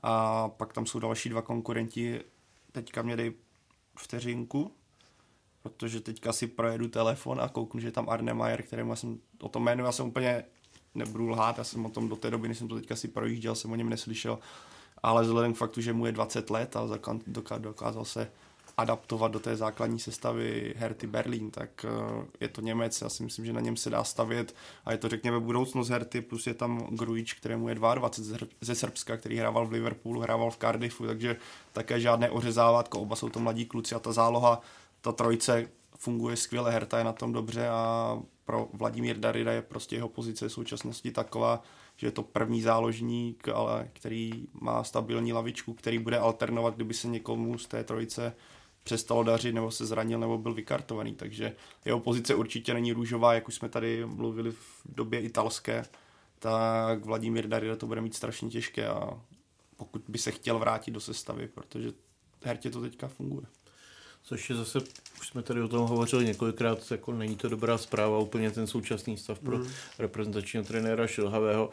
A pak tam jsou další dva konkurenti. Teďka mě dej vteřinku, protože teďka si projedu telefon a kouknu, že je tam Arne Meyer, kterému jsem o tom jménu, já jsem úplně nebudu lhát, já jsem o tom do té doby, než jsem to teďka si projížděl, jsem o něm neslyšel. Ale vzhledem k faktu, že mu je 20 let a dokázal se adaptovat do té základní sestavy Herty Berlín, tak je to Němec, já si myslím, že na něm se dá stavět a je to, řekněme, budoucnost Herty, plus je tam Grujič, kterému je 22 ze Srbska, který hrával v Liverpoolu, hrával v Cardiffu, takže také žádné ořezávátko, oba jsou to mladí kluci a ta záloha, ta trojice funguje skvěle, Herta je na tom dobře a pro Vladimír Darida je prostě jeho pozice v současnosti taková, že je to první záložník, ale který má stabilní lavičku, který bude alternovat, kdyby se někomu z té trojice přestalo dařit, nebo se zranil, nebo byl vykartovaný. Takže jeho pozice určitě není růžová, jak už jsme tady mluvili v době italské, tak Vladimír Darida to bude mít strašně těžké a pokud by se chtěl vrátit do sestavy, protože Hertě to teďka funguje. Což je zase, už jsme tady o tom hovořili několikrát, jako není to dobrá zpráva, úplně ten současný stav pro reprezentačního trenéra Šilhavého.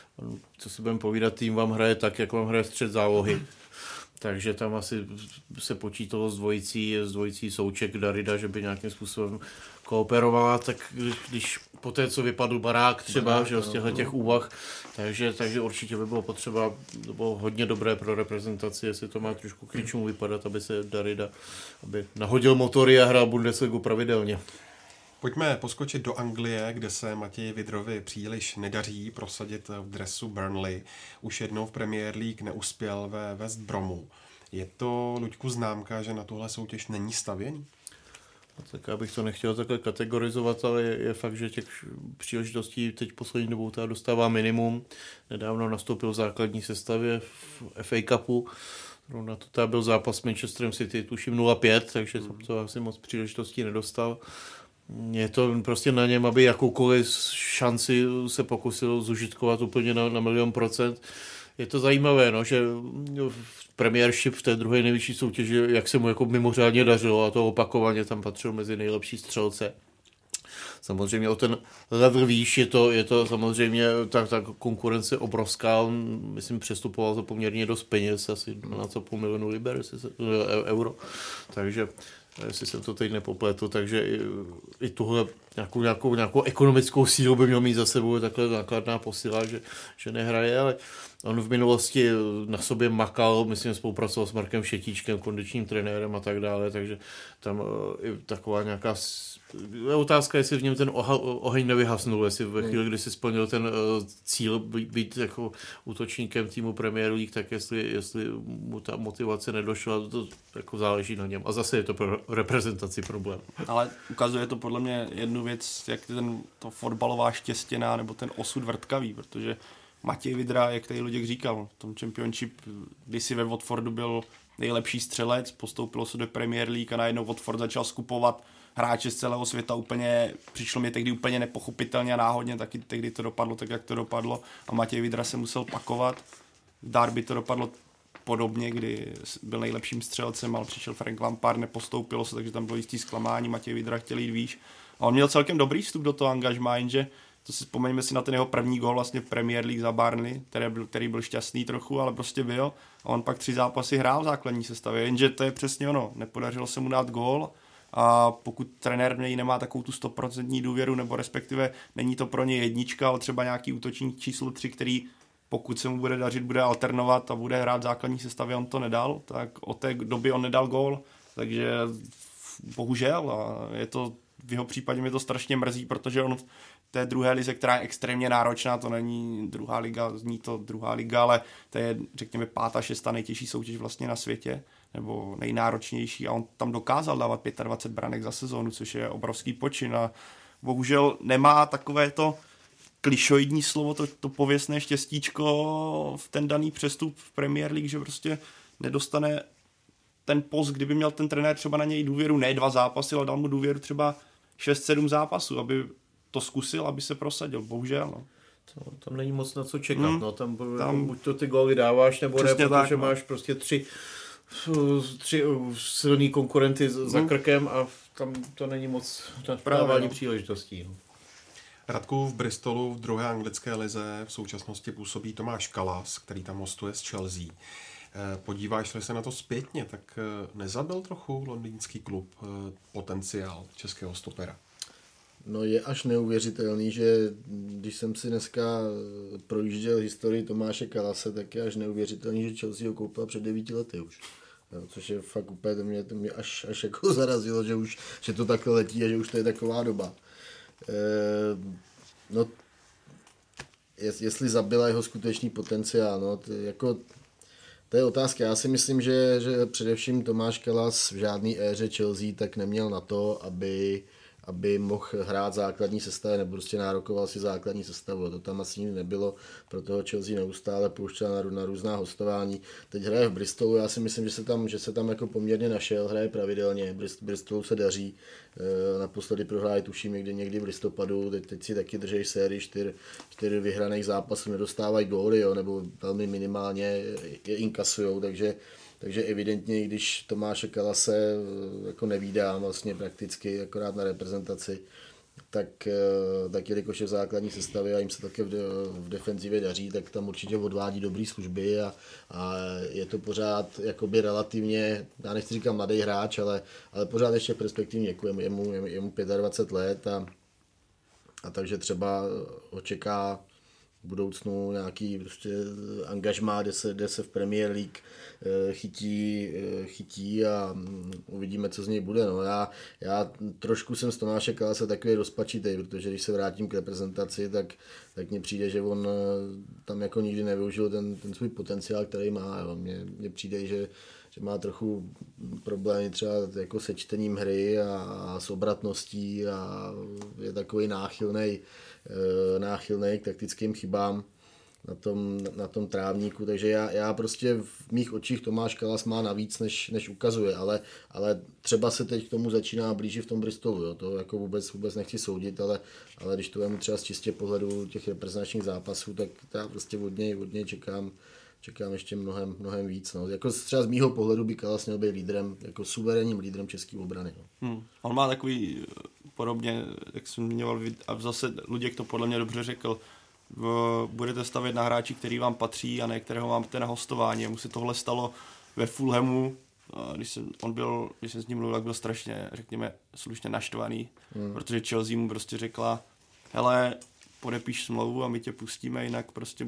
Co si budeme povídat, tým vám hraje tak, jak vám hraje střed zálohy. Takže tam asi se počítalo s dvojicí Souček Darida, že by nějakým způsobem kooperovala, tak když po té, co vypadl Barák třeba, že z těch úvah, takže určitě by bylo potřeba, to bylo hodně dobré pro reprezentaci, jestli to má trošku k něčemu vypadat, aby se Darida, aby nahodil motory a hrál Bundesligu pravidelně. Pojďme poskočit do Anglie, kde se Matěji Vydrovi příliš nedaří prosadit v dresu Burnley. Už jednou v Premier League neuspěl ve West Bromu. Je to, Luďku, známka, že na tuhle soutěž není stavěný? Tak já bych to nechtěl takhle kategorizovat, ale je fakt, že těch příležitostí teď poslední dobou teda dostává minimum. Nedávno nastoupil v základní sestavě v FA Cupu. Na to teda byl zápas s Manchesterem City, tuším 0-5, takže tam to asi moc příležitostí nedostal. Je to prostě na něm, aby jakoukoliv šanci se pokusil zužitkovat úplně na 1,000,000%. Je to zajímavé, no, že v Premiership v té druhé nejvyšší soutěži, jak se mu jako mimořádně dařilo a to opakovaně tam patřil mezi nejlepší střelce. Samozřejmě o ten level výš je to samozřejmě ta konkurence obrovská, on, myslím, přestupoval za poměrně dost peněz, asi 12,5 milionu liber, euro, takže jestli jsem to teď nepopletl, takže i tuhle nějakou ekonomickou sílu by měl mít za sebou, takhle nákladná posila, že nehraje, ale on v minulosti na sobě makal, myslím, spolupracoval s Markem Šetíčkem, kondičním trenérem a tak dále, takže tam i taková nějaká otázka, jestli v něm ten oheň nevyhasnul, jestli ve chvíli, kdy si splnil ten cíl být jako útočníkem týmu Premier League, tak jestli mu ta motivace nedošla, to jako záleží na něm. A zase je to pro reprezentaci problém. Ale ukazuje to podle mě jednu věc, jak to fotbalová štěstěná nebo ten osud vrtkavý, protože Matěj Vydra, jak tady Luděk říkal, v tom Championship, kdysi ve Watfordu byl nejlepší střelec, postoupilo se do Premier League a najednou Watford začal skupovat hráče z celého světa přišlo mi tehdy úplně nepochopitelně a náhodně, taky tehdy to dopadlo tak, jak to dopadlo a Matěj Vydra se musel pakovat. V Derby to dopadlo podobně, kdy byl nejlepším střelcem, ale přišel Frank Lampard, nepostoupilo se, takže tam bylo jistý zklamání, Matěj Vydra chtěl jít výš. A on měl celkem dobrý vstup do toho angažmá, jenže to si vzpomeňme si na ten jeho první gól vlastně v Premier League za Burnley, který byl šťastný trochu, ale prostě byl. A on pak 3 zápasy hrál v základní sestavě, jenže to je přesně ono, nepodařilo se mu dát gól. A pokud trenér v něj nemá takovou tu 100% důvěru, nebo respektive není to pro ně jednička, ale třeba nějaký útočník číslo 3, který pokud se mu bude dařit, bude alternovat a bude hrát v základní sestavě, on to nedal, tak od té doby on nedal gól, takže bohužel a je to, v jeho případě mě to strašně mrzí, protože on v té druhé lize, která je extrémně náročná, to není druhá liga, zní to druhá liga, ale to je, řekněme, 5., 6. nejtěžší soutěž vlastně na světě, nebo nejnáročnější a on tam dokázal dávat 25 branek za sezónu, což je obrovský počin a bohužel nemá takové to klišoidní slovo, to pověstné štěstíčko v ten daný přestup v Premier League, že prostě nedostane ten post, kdyby měl ten trenér třeba na něj důvěru, ne 2 zápasy, ale dal mu důvěru třeba 6-7 zápasů, aby to zkusil, aby se prosadil, bohužel. No. Tam není moc na co čekat, no. Tam buď to ty góly dáváš, nebo ne, protože máš prostě 3 silný konkurenty za krkem a tam to není moc dávání příležitostí. No. Radku, v Bristolu v druhé anglické lize v současnosti působí Tomáš Kalas, který tam hostuje s Chelsea. Podíváš-li se na to zpětně, tak nezabil trochu londýnský klub potenciál českého stopera? No je až neuvěřitelný, že když jsem si dneska projížděl historii Tomáše Kalase, tak je až neuvěřitelný, že Chelsea ho koupila před 9 lety už. Jo, což je fakt úplně, to mě až jako zarazilo, že to takhle letí a že už to je taková doba. No, jestli zabila jeho skutečný potenciál, no, to je otázka. Já si myslím, že především Tomáš Kalas v žádný éře Chelsea tak neměl na to, aby mohl hrát základní sestavy, nebo prostě nárokoval si základní sestavu. To tam asi nikdy nebylo, proto Chelsea neustále pouštěl na různá hostování. Teď hraje v Bristolu, já si myslím, že se tam jako poměrně našel, hraje pravidelně, Bristolu se daří, naposledy prohráli tuším někdy v listopadu, teď si taky drží sérii 4 vyhraných zápasů, nedostávají góly, jo, nebo velmi minimálně je inkasujou, takže evidentně, když Tomáše Kalase jako nevídám vlastně prakticky akorát na reprezentaci, tak jelikož je v základní sestavě a jim se také v defenzivě daří, tak tam určitě odvádí dobrý služby a je to pořád jakoby relativně, já nechci říkat mladý hráč, ale pořád ještě perspektivně, je mu 25 let a takže třeba očeká v budoucnu nějaký prostě angažmá, kde se v Premier League chytí a uvidíme, co z něj bude. No, já trošku jsem z Tomáše Kalase takový rozpačitej, protože když se vrátím k reprezentaci, tak mně přijde, že on tam jako nikdy nevyužil ten svůj potenciál, který má. Mně přijde, že má trochu problémy třeba jako se čtením hry a s obratností a je takový náchylnej k taktickým chybám na tom trávníku, takže já prostě v mých očích Tomáš Kalas má navíc, než ukazuje, ale třeba se teď k tomu začíná blížit v tom Bristolu, jo. To jako vůbec nechci soudit, ale když to vemu třeba z čistě pohledu těch reprezentačních zápasů, tak já prostě od něj čekám ještě mnohem víc. No. Jako třeba z mýho pohledu by Kalas měl být lídrem, jako suverénním lídrem české obrany. No. On má takový podobně, jak jsem zmiňoval, a zase Luděk to podle mě dobře řekl, budete stavět na hráči, který vám patří a ne kterého máte na hostování. Mu se tohle stalo ve Fulhamu když jsem s ním mluvil, tak byl strašně, řekněme, slušně naštvaný, protože Chelsea mu prostě řekla, hele, podepíš smlouvu a my tě pustíme, jinak prostě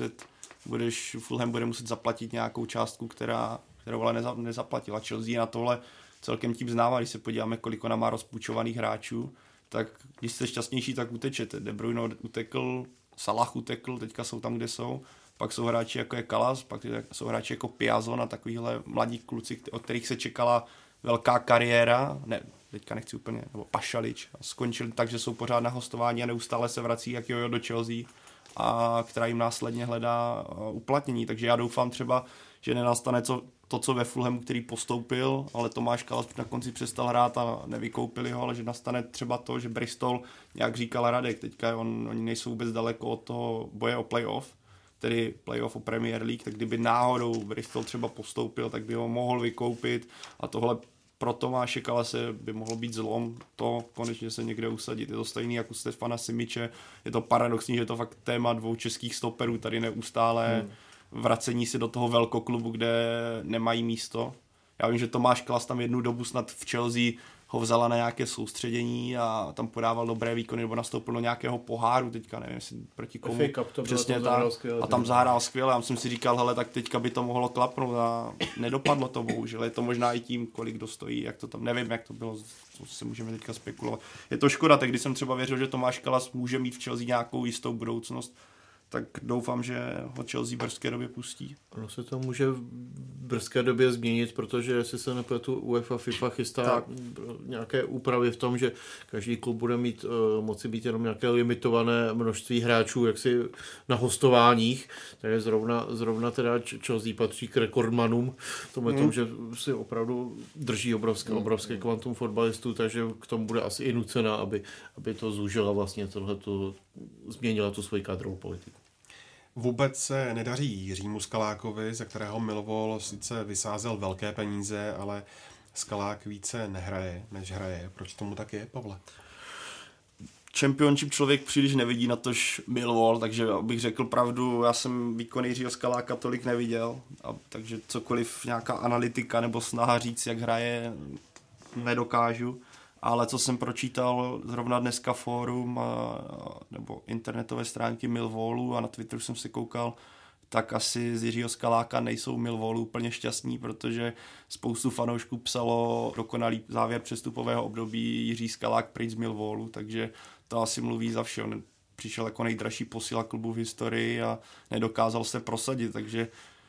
Fulham bude muset zaplatit nějakou částku, kterou ale nezaplatila. Chelsea je na tohle celkem tím známá, když se podíváme, kolik ona má rozpůjčovaných hráčů, tak když jste šťastnější, tak utečete. De Bruyne utekl, Salah utekl, teďka jsou tam, kde jsou, pak jsou hráči jako je Kalas, pak jsou hráči jako Piazon a takovýhle mladí kluci, od kterých se čekala velká kariéra, ne, teďka nechci úplně, nebo Pašalič, a skončili tak, že jsou pořád na hostování a neustále se vrací jak jojo do Chelsea, a která jim následně hledá uplatnění, takže já doufám třeba, že nenastane to, co ve Fulhamu, který postoupil, ale Tomáš Kalas na konci přestal hrát a nevykoupili ho, ale že nastane třeba to, že Bristol, jak říkal Radek, teďka oni nejsou vůbec daleko od toho boje o playoff, tedy playoff o Premier League, tak kdyby náhodou Bristol třeba postoupil, tak by ho mohl vykoupit a tohle pro Tomáše Kalase by mohlo být zlom, to konečně se někde usadit. Je to stejný jako Stefana Simiče, je to paradoxní, že je to fakt téma 2 českých stoperů, tady neustále vracení se do toho velkoklubu, kde nemají místo. Já vím, že Tomáš Kalas tam jednu dobu snad v Chelsea ho vzala na nějaké soustředění a tam podával dobré výkony, nebo nastoupil do nějakého poháru, teďka nevím, jestli proti komu. Přesně tak. A tam zahrál skvěle. Já jsem si říkal, hele, tak teďka by to mohlo klapnout a nedopadlo to, bohužel. Je to možná i tím, kolik dostojí, jak to tam, nevím, jak to bylo, co se můžeme teďka spekulovat. Je to škoda, tak když jsem třeba věřil, že Tomáš Kalas může mít v Chelsea nějakou jistou budoucnost, tak doufám, že ho Chelsea v brzké době pustí. Ono se to může v brzké době změnit, protože jestli se nepletu, UEFA, FIFA chystá nějaké úpravy v tom, že každý klub bude mít moci být jenom nějaké limitované množství hráčů jaksi na hostováních, takže zrovna teda Chelsea patří k rekordmanům, tomu, že si opravdu drží obrovské kvantum fotbalistů, takže k tomu bude asi i nucena, aby to zúžila vlastně změnila tu svoji kádrovou politiku. Vůbec se nedaří Jiřímu Skalákovi, ze kterého Millwall sice vysázel velké peníze, ale Skalák více nehraje, než hraje. Proč tomu tak je, Pavle? Championship člověk příliš nevidí, natož Millwall, takže abych řekl pravdu, já jsem výkon Jiřího Skaláka tolik neviděl, takže cokoliv nějaká analytika nebo snaha říct, jak hraje, nedokážu. Ale co jsem pročítal zrovna dneska fórum nebo internetové stránky Millwallu a na Twitteru jsem se koukal, tak asi z Jiřího Skaláka nejsou Millwallu úplně šťastní, protože spoustu fanoušků psalo dokonalý závěr přestupového období Jiří Skalák pryč z Millwallu, takže to asi mluví za vše. On přišel jako nejdražší posila klubu v historii a nedokázal se prosadit, takže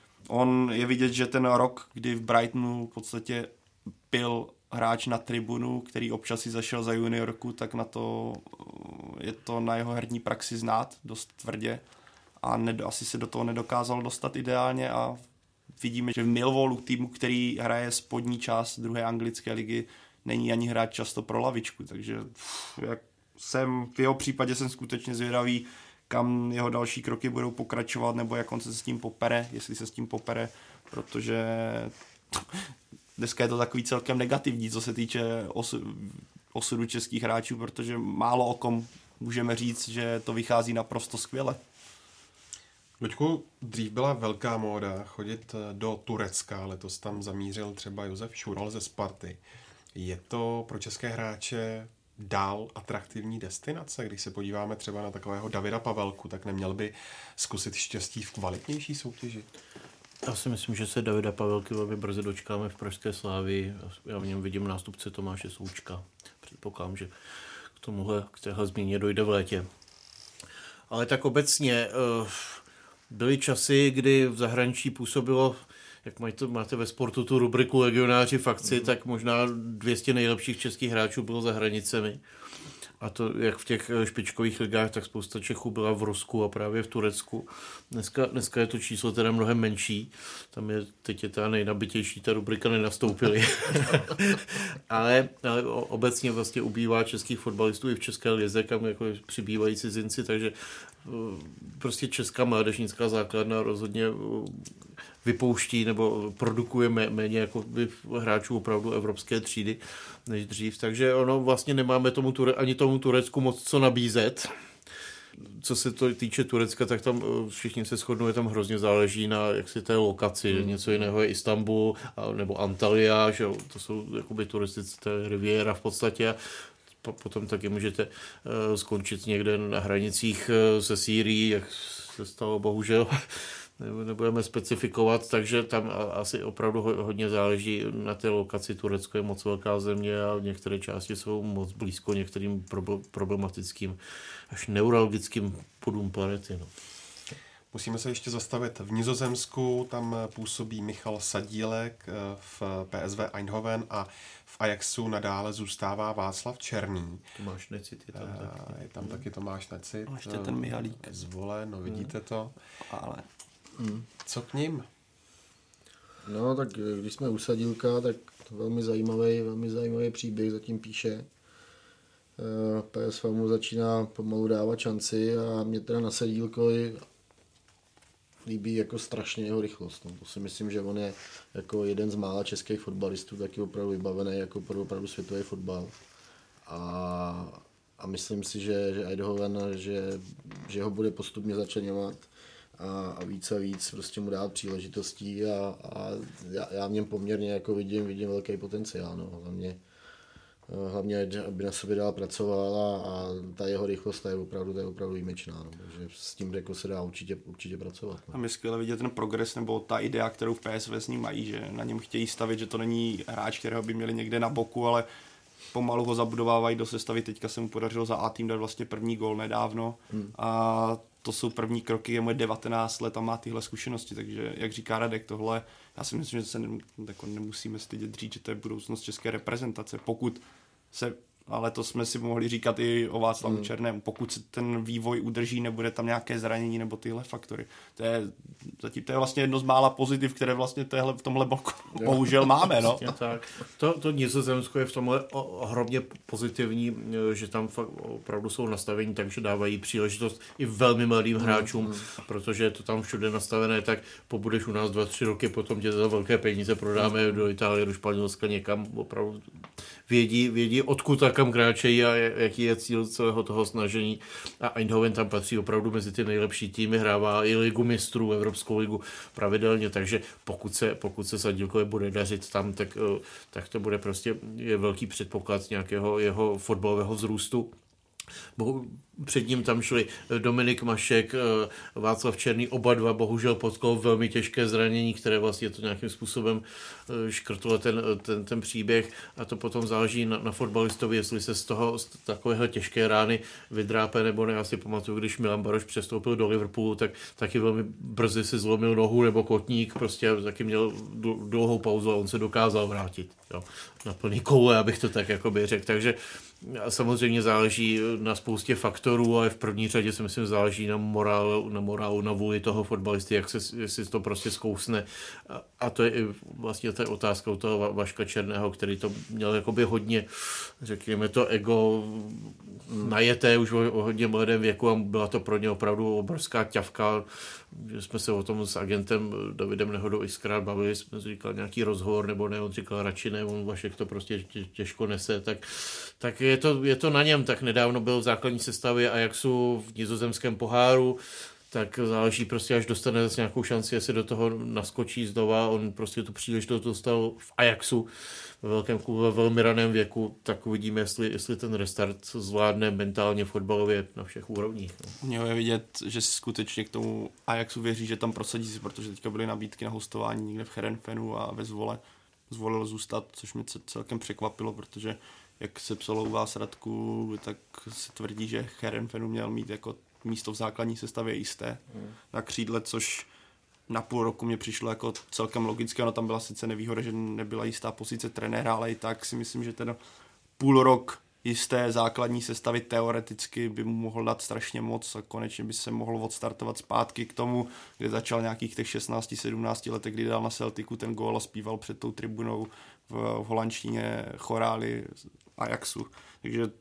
on je vidět, že ten rok, kdy v Brightonu v podstatě byl hráč na tribunu, který občas si zašel za juniorku, tak na to je to na jeho herní praxi znát dost tvrdě a asi se do toho nedokázal dostat ideálně a vidíme, že v Millwallu, týmu, který hraje spodní část druhé anglické ligy, není ani hráč často pro lavičku, takže v jeho případě jsem skutečně zvědavý, kam jeho další kroky budou pokračovat, nebo jak on se s tím popere, jestli se s tím popere, protože dneska je to takový celkem negativní, co se týče osudu českých hráčů, protože málo o kom můžeme říct, že to vychází naprosto skvěle. Luďku, dřív byla velká móda chodit do Turecka, letos tam zamířil třeba Josef Šural ze Sparty. Je to pro české hráče dál atraktivní destinace? Když se podíváme třeba na takového Davida Pavelku, tak neměl by zkusit štěstí v kvalitnější soutěži? Já si myslím, že se Davida Pavelky velmi brzy dočkáme v pražské Slávii. Já v něm vidím nástupce Tomáše Součka. Předpokládám, že k téhle změně dojde v létě. Ale tak obecně byly časy, kdy v zahraničí působilo, jak máte ve sportu tu rubriku Legionáři v akci, tak možná 200 nejlepších českých hráčů bylo za hranicemi. A to jak v těch špičkových ligách, tak spousta Čechů byla v Rusku a právě v Turecku. Dneska je to číslo teda mnohem menší. Teď je ta nejnabitější, ta rubrika nenastoupily. ale obecně vlastně ubývá českých fotbalistů i v české lize, kam jako přibývají cizinci, takže prostě česká mládežnická základna rozhodně vypouští nebo produkuje méně jako hráčů opravdu evropské třídy než dřív. Takže ono vlastně nemáme ani tomu Turecku moc co nabízet. Co se to týče Turecka, tak tam všichni se shodnou, že tam hrozně záleží na jaksi té lokaci. Něco jiného je Istanbul nebo Antalya, že to jsou jakoby turistické riviera v podstatě. Potom taky můžete skončit někde na hranicích se Sýrií, jak se stalo bohužel. Nebudeme specifikovat, takže tam asi opravdu hodně záleží na té lokaci. Turecko je moc velká země a některé části jsou moc blízko některým problematickým až neurologickým bodům planety. No. Musíme se ještě zastavit v Nizozemsku, tam působí Michal Sadílek v PSV Eindhoven a v Ajaxu nadále zůstává Václav Černý. Tomáš Necit je tam taky. Je tam taky Tomáš Necit. A ještě ten Mihalík. Zvolen, no vidíte to. Ale... Co k ním? No, tak když jsme u Sadílka, tak velmi zajímavý příběh zatím píše. PSV mu začíná pomalu dávat šanci a mě teda na Sadílkovi líbí jako strašně jeho rychlost. No, to si myslím, že on je jako jeden z mála českých fotbalistů taky opravdu vybavený jako opravdu světový fotbal. A myslím si, že Eindhoven, že ho bude postupně začleňovat a víc prostě mu dát příležitostí a já v něm poměrně jako vidím velký potenciál. No. Hlavně, aby na sobě dál pracoval a ta jeho rychlost je opravdu výjimečná. No. Takže s tím jako se dá určitě pracovat. No. A my skvěle vidět ten progres nebo ta idea, kterou v PSV s ním mají, že na něm chtějí stavit, že to není hráč, kterého by měli někde na boku, ale pomalu ho zabudovávají do sestavy. Teďka se mu podařilo za A tým dát vlastně první gól nedávno a to jsou první kroky, je mu 19 let a má tyhle zkušenosti, takže jak říká Radek, tohle, já si myslím, že se nemusíme stydět říct, že to je budoucnost české reprezentace, pokud se, ale to jsme si mohli říkat i o Václavu Černém, pokud se ten vývoj udrží, nebude tam nějaké zranění nebo tyhle faktory. To je vlastně jedno z mála pozitiv, které vlastně v tomhle bloku bohužel máme. No. Tak. To Nizozemsko je v tomhle ohromně pozitivní, že tam fakt opravdu jsou nastavení, takže dávají příležitost i velmi mladým hráčům, protože je to tam všude nastavené, tak pobudeš u nás 2-3 roky, potom tě za velké peníze prodáme do Itálie, do Španělska, někam opravdu vědí odkud a kam kráčejí a jaký je cíl celého toho snažení. A Eindhoven tam patří opravdu mezi ty nejlepší týmy, hrává i ligu mistrů, Evropskou ligu pravidelně, takže pokud se Sadílkovi bude dařit tam, tak to bude prostě je velký předpoklad nějakého jeho fotbalového vzrůstu. Před ním tam šli Dominik Mašek, Václav Černý, oba dva bohužel potkal velmi těžké zranění, které vlastně to nějakým způsobem škrtlo ten příběh a to potom záleží na fotbalistovi, jestli se z takovéhle těžké rány vydrápe nebo ne. Já si pamatuju, když Milan Baroš přestoupil do Liverpoolu, tak taky velmi brzy si zlomil nohu nebo kotník, prostě taky měl dlouhou pauzu a on se dokázal vrátit. Jo, na plný koule, abych to tak jakoby řekl. Takže samozřejmě záleží na spoustě faktorů, ale v první řadě si myslím záleží na morálu, na vůli toho fotbalisty, jestli to prostě zkousne. A to je i vlastně ta otázka u toho Vaška Černého, který to měl jakoby hodně, řekněme to ego najeté už o hodně mladém věku a byla to pro ně opravdu obrovská ťavka. Že jsme se o tom s agentem Davidem Nehodou xkrát bavili, jsme říkali nějaký rozhovor, nebo ne, on říkal radši ne, on Vašek to prostě těžko nese, tak je to na něm. Tak nedávno byl v základní sestavě Ajaxu v nizozemském poháru, tak záleží prostě, až dostane zase nějakou šanci, jestli do toho naskočí znova, on prostě tu příležitost dostal v Ajaxu ve velkém klubu, ve velmi raném věku, tak uvidíme, jestli ten restart zvládne mentálně fotbalově na všech úrovních. U něho je vidět, že skutečně k tomu Ajaxu věří, že tam prosadí si, protože teďka byly nabídky na hostování někde v Heerenveenu a ve zvolil zůstat, což mě celkem překvapilo, protože jak se psalo u vás, Radku, tak se tvrdí, že Heerenveenu měl mít jako místo v základní sestavě jisté na křídle, což na půl roku mě přišlo jako celkem logické. Ono tam byla sice nevýhoda, že nebyla jistá pozice trenéra, ale i tak si myslím, že ten půl rok jisté základní sestavy teoreticky by mu mohl dát strašně moc a konečně by se mohl odstartovat zpátky k tomu, kde začal nějakých těch 16-17 letech, kdy dal na Celticu ten gól a zpíval před tou tribunou v holandštině chorály Ajaxu. Takže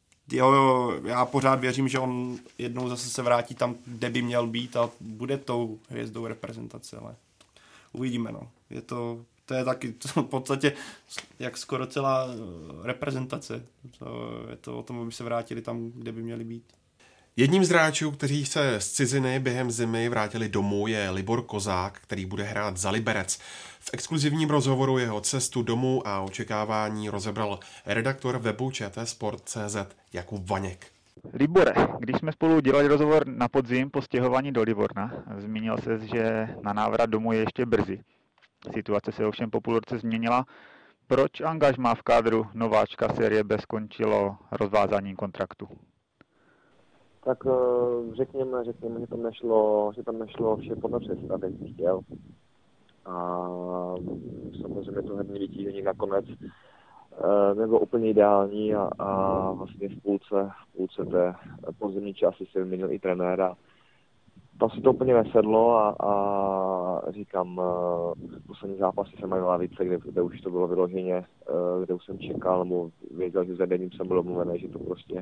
já pořád věřím, že on jednou zase se vrátí tam, kde by měl být a bude tou hvězdou reprezentace, ale uvidíme, no. To je taky v podstatě jak skoro celá reprezentace. Je to o tom, aby se vrátili tam, kde by měli být. Jedním z hráčů, kteří se z ciziny během zimy vrátili domů, je Libor Kozák, který bude hrát za Liberec. V exkluzivním rozhovoru jeho cestu domů a očekávání rozebral redaktor webu čtsport.cz Jakub Vaněk. Libore, když jsme spolu dělali rozhovor na podzim po stěhování do Livorna, zmínil ses, že na návrat domů je ještě brzy. Situace se ovšem po půl roce změnila. Proč angažmá v kádru nováčka série B skončilo rozvázáním kontraktu? Tak řekněme, že tam nešlo vše podle představ, jak bych chtěl. A samozřejmě to herní vytížení nakonec nebylo úplně ideální a vlastně v půlce té podzimní části se vyměnil i trenér a tam si to úplně nesedlo a říkám, poslední zápasy jsem měl na lavice, kde už to bylo vyloženě, kde už jsem čekal, nebo věděl, že s vedením jsem byl omluvený, že to prostě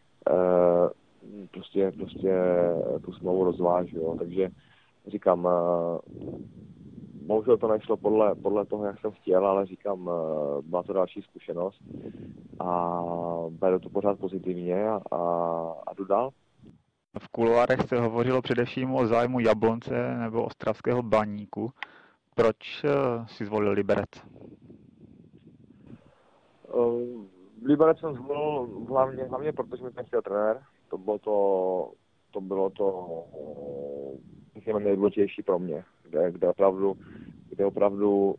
tu smlouvu rozvážu, jo. Takže říkám, bohužel to nešlo podle toho, jak jsem chtěl, ale říkám, byla to další zkušenost a beru to pořád pozitivně a jdu dál. V kuloárech se hovořilo především o zájmu Jablonce nebo ostravského Baníku. Proč si zvolil Liberec? Liberec jsem zvolil hlavně protože mi ten chtěl trenér. To bylo to nejdůležitější pro mě, kde opravdu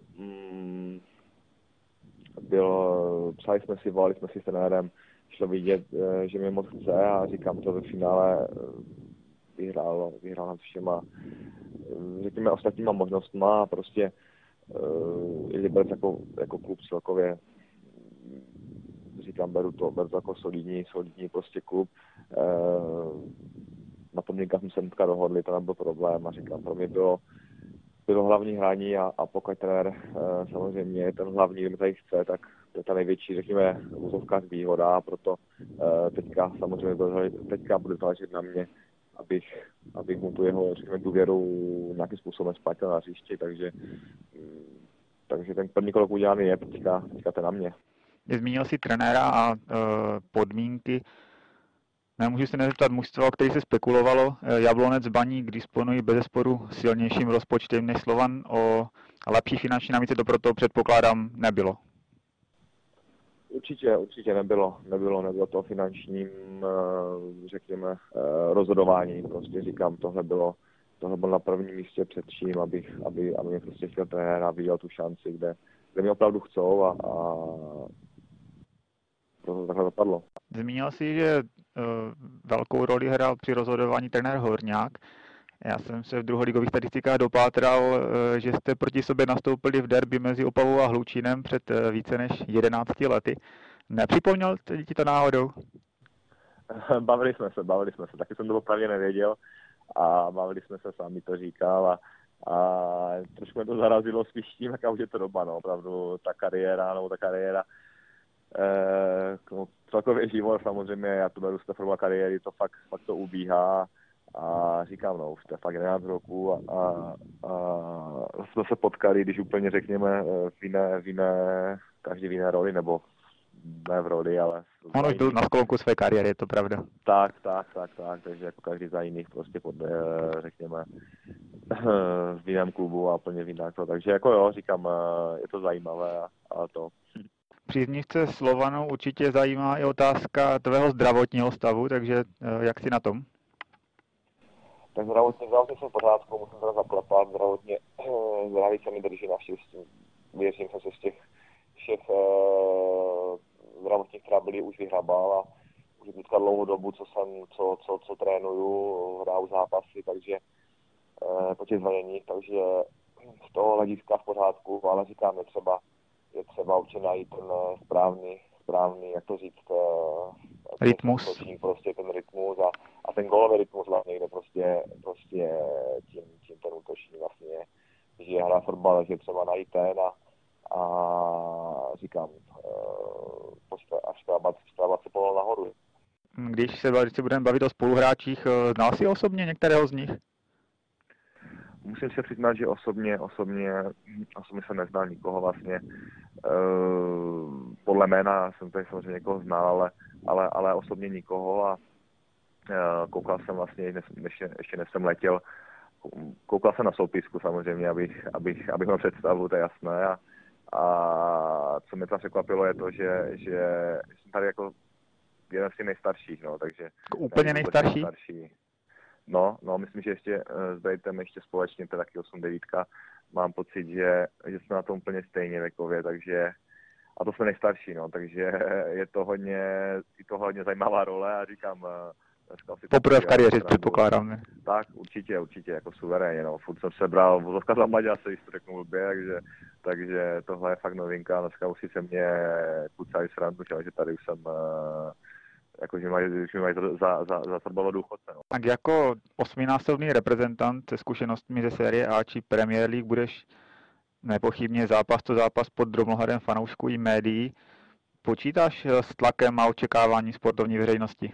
psali jsme si, volali jsme si s trenérem, šlo vidět, že mě moc chce a říkám to ve finále vyhrál nad všema, řekněme, ostatníma možnostma a prostě Liberec jako klub celkově, říkám, beru to jako solidní prostě klub. Na podmínkách jsme se hnedka dohodli, to nebyl problém a říkám, pro mě bylo hlavní hraní a pokud trenér samozřejmě je ten hlavní, kdo mě tady chce, tak to je ta největší, řekněme, v úzovkách výhoda a proto teďka samozřejmě bude záležet na mě, abych mu tu jeho, řekněme, důvěru nějakým způsobem splatil na hřišti, takže ten první krok udělaný je teďka to na mě. Zmínil si trenéra a podmínky. Nemůžu se nezeptat mužstva, o který se spekulovalo. Jablonec, Baník disponují bezesporu silnějším rozpočtem než Slovan. O lepší finanční námitce to proto předpokládám nebylo. Určitě nebylo to finančním, řekněme, rozhodování. Prostě říkám, tohle bylo na prvním místě před čím, aby mě prostě chtěl trenér a viděl tu šanci, kde mě opravdu chcou a to takhle dopadlo. Zmínil jsi, že velkou roli hrál při rozhodování trenér Horňák. Já jsem se v druholigových statistikách dopátral, že jste proti sobě nastoupili v derby mezi Opavou a Hlučínem před více než 11 lety. Nepřipomněl ti to náhodou? Bavili jsme se. Taky jsem to opravdu nevěděl a bavili jsme se, sám mi to říkal a trošku mě to zarazilo spíš tím, jaká už je to doba, no, opravdu ta kariéra, celkově život samozřejmě, já to beru z té forma kariéry, to fakt to ubíhá a říkám, no, už to je fakt 11 roků a jsme se potkali, když úplně řekněme v jiné, každý v jiné roli, nebo ne v roli, ale... On už byl na sklonku své kariéry, je to pravda. Tak, takže jako každý za jiných prostě řekněme v jiném klubu a plně v jinak, takže jako jo, říkám, je to zajímavé a to... Příznivce Slovanu určitě zajímá i otázka tvého zdravotního stavu, takže jak jsi na tom? Tak zdravotně jsem v pořádku, musím teda zaklepat, zdraví se mi drží naštěstí. Věřím, že se z těch všech zdravotních trablí už vyhrabal a už teďka dlouhou dobu, co trénuju, hraju zápasy, takže po těch zraněních, takže z toho hlediska v pořádku, ale říkám, je třeba určitě najít ten správný, jak to říct, rytmus. Prostě ten rytmus a ten gólový rytmus vlastně, kde prostě tím ten útočník vlastně žije, hra fotbal, že třeba najít ten a říkám, až vstávat se pomalu nahoru. Když se budeme bavit o spoluhráčích, znal jsi osobně některého z nich? Musím se přiznat, že osobně jsem neznal nikoho vlastně. Podle jména jsem tady samozřejmě někoho znal, ale osobně nikoho a Koukal jsem vlastně, ještě než jsem letěl, koukal jsem na soupisku samozřejmě, abych měl představu, to je jasné. A co mě tam překvapilo je to, že jsem tady jako jeden z těch nejstarších, no, takže... Úplně nejstarší? No, myslím, že ještě s Brejtem ještě společně, to je taky 8-9, mám pocit, že jsme na tom úplně stejně věkově, takže... A to jsme nejstarší, no, takže je to hodně zajímavá role a říkám... Poprvé v kariéře předpokládám, ne? Tak, určitě, jako suverénně, no. Furt jsem se bral vozovka za Maďa, se to řeknu blbě, takže tohle je fakt novinka. Dneska už si se mě kucali srandu, že tady už jsem, jakože mají za fotbalového důchodce, no. Tak jako 8násobný reprezentant se zkušenostmi ze série A či Premier League budeš nepochybně zápas to zápas pod drobnohledem fanoušků i médií. Počítáš s tlakem a očekávání sportovní veřejnosti?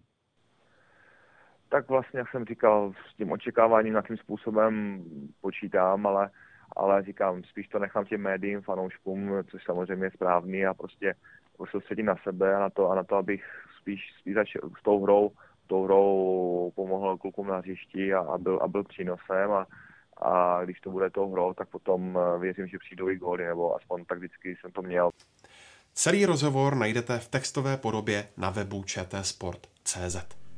Tak vlastně, jak jsem říkal, s tím očekáváním nějakým způsobem počítám, ale říkám, spíš to nechám těm médiím, fanouškům, což samozřejmě je správný a prostě soustředím na sebe a na to, abych spíš s tou hrou pomohl klukům na hřišti a byl přínosem a když to bude tou hrou, tak potom věřím, že přijdou i góly, nebo aspoň tak vždycky jsem to měl. Celý rozhovor najdete v textové podobě na webu čtsport.cz.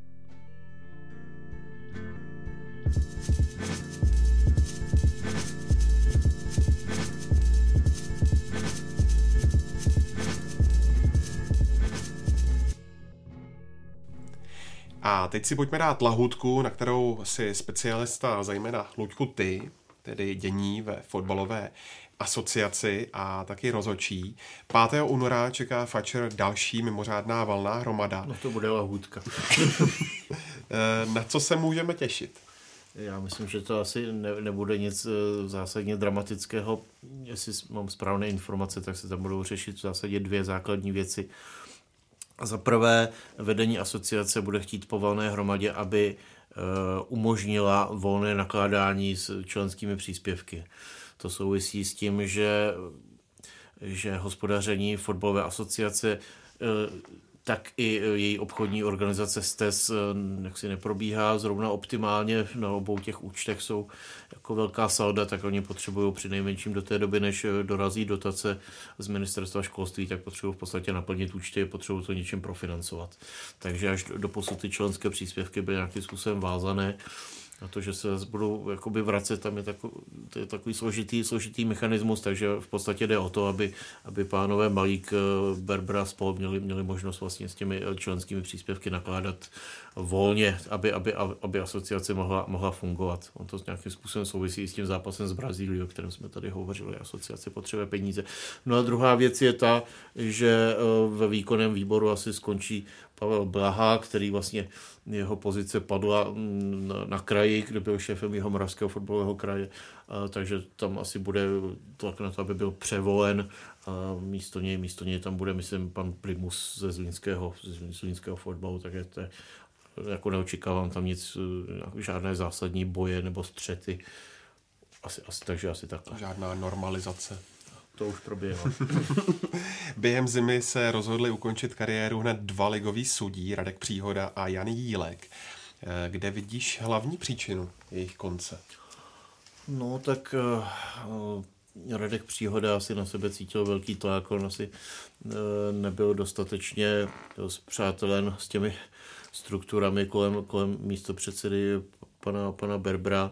A teď si pojďme dát lahůdku, na kterou si specialista, zejména Luďku ty, tedy dění ve fotbalové asociaci a taky rozhodčí. 5. února čeká Fatcher další mimořádná valná hromada. No to bude lahůdka. Na co se můžeme těšit? Já myslím, že to asi nebude nic zásadně dramatického. Jestli mám správné informace, tak se tam budou řešit v zásadě 2 základní věci. Za prvé, vedení asociace bude chtít po valné hromadě, aby umožnila volné nakládání s členskými příspěvky. To souvisí s tím, že hospodaření fotbalové asociace tak i její obchodní organizace STES jaksi neprobíhá zrovna optimálně. Na obou těch účtech jsou jako velká salda, tak oni potřebují přinejmenším do té doby, než dorazí dotace z ministerstva školství, tak potřebují v podstatě naplnit účty, potřebují to něčím profinancovat. Takže až doposud ty členské příspěvky byly nějakým způsobem vázané. Na to, že se budou jakoby vracet, tam je takový složitý mechanismus, takže v podstatě jde o to, aby pánové Malík, Berbra spol měli možnost vlastně s těmi členskými příspěvky nakládat volně, aby asociace mohla fungovat. On to nějakým způsobem souvisí s tím zápasem s Brazílií, o kterém jsme tady hovořili. Asociace potřebuje peníze. No a druhá věc je ta, že ve výkonném výboru asi skončí Pavel Blaha, který vlastně jeho pozice padla na kraji, kde byl šéfem Jihomoravského fotbalového kraje, takže tam asi bude tlak na to, aby byl převolen. Místo něj tam bude, myslím, pan Primus ze zlínského fotbalu, takže to je, jako neočekávám tam nic, žádné zásadní boje nebo střety. Takže asi takhle. Žádná normalizace. To už proběhlo. Během zimy se rozhodli ukončit kariéru hned 2 ligoví sudí, Radek Příhoda a Jan Jílek. Kde vidíš hlavní příčinu jejich konce? No tak Radek Příhoda asi na sebe cítil velký tlak, on asi nebyl dostatečně spřátelen s těmi strukturami kolem místopředsedy pana Berbra.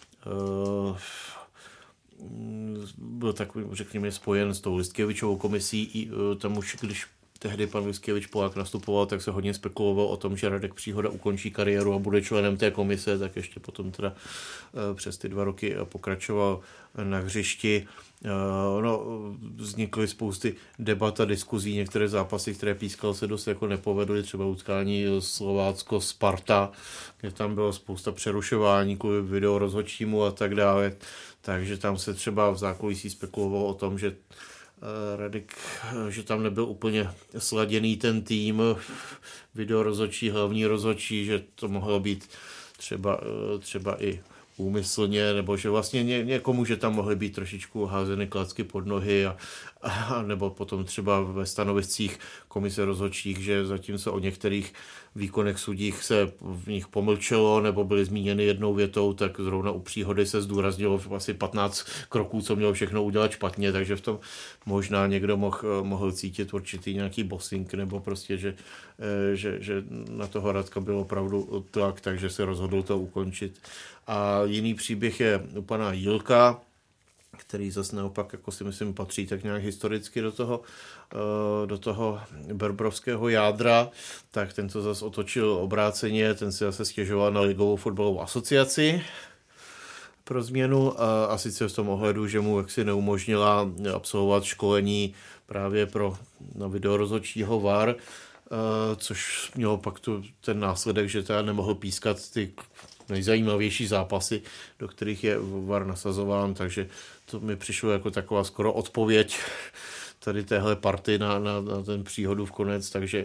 Byl takový, řekněme, spojen s tou Listkevičovou komisí. Tam už, když tehdy pan Listkevič Polák nastupoval, tak se hodně spekuloval o tom, že Radek Příhoda ukončí kariéru a bude členem té komise, tak ještě potom teda přes ty 2 roky pokračoval na hřišti. Vznikly spousty debat a diskuzí, některé zápasy, které pískal, se dost jako nepovedly, třeba utkání Slovácko-Sparta, kde tam byla spousta přerušování kvůli videorozhodčímu a tak dále. Takže tam se třeba v zákulisí spekulovalo o tom, že Radek, že tam nebyl úplně sladěný ten tým, videorozhodčí, hlavní rozhodčí, že to mohlo být třeba i úmyslně, nebo že vlastně někomu, že tam mohly být trošičku házeny klacky pod nohy a nebo potom třeba ve stanoviscích komise rozhodčích, že zatímco o některých výkonech sudích se v nich pomlčelo nebo byly zmíněny jednou větou, tak zrovna u Příhody se zdůraznilo asi 15 kroků, co mělo všechno udělat špatně, takže v tom možná někdo mohl cítit určitý nějaký bossing, nebo prostě, že na toho Radka byl opravdu tlak, takže se rozhodl to ukončit. A jiný příběh je u pana Jílka, který zase naopak, jako si myslím, patří tak nějak historicky do toho berbrovského jádra, tak ten to zase otočil obráceně, ten si zase stěžoval na Ligovou fotbalovou asociaci pro změnu a sice v tom ohledu, že mu jaksi neumožnila absolvovat školení právě na videorozhodčího VAR, což mělo pak ten následek, že teda nemohl pískat ty nejzajímavější zápasy, do kterých je VAR nasazován, takže to mi přišlo jako taková skoro odpověď tady téhle party na ten Příhodův konec, takže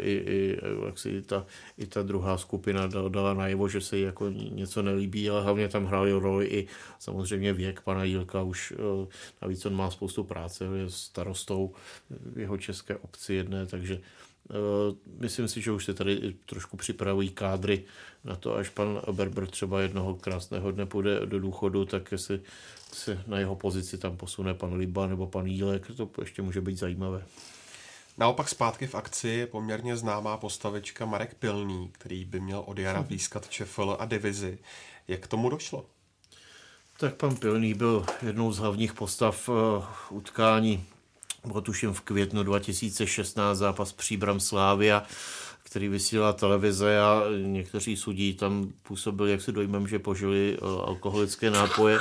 i ta druhá skupina dala najevo, že se jí jako něco nelíbí, ale hlavně tam hráli roli i samozřejmě věk pana Jílka, už navíc on má spoustu práce, je starostou v jeho české obci jedné, takže myslím si, že už se tady trošku připravují kádry na to, až pan Berber třeba jednoho krásného dne půjde do důchodu, tak se na jeho pozici tam posune pan Liba nebo pan Jílek, to ještě může být zajímavé. Naopak zpátky v akci je poměrně známá postavička Marek Pilný, který by měl od jara pískat ČFL a divizi. Jak k tomu došlo? Tak pan Pilný byl jednou z hlavních postav utkání, bylo tuším v květnu 2016 zápas Příbram Slavia, který vysílala televize a někteří sudí tam působili, jak si dojmem, že požili alkoholické nápoje.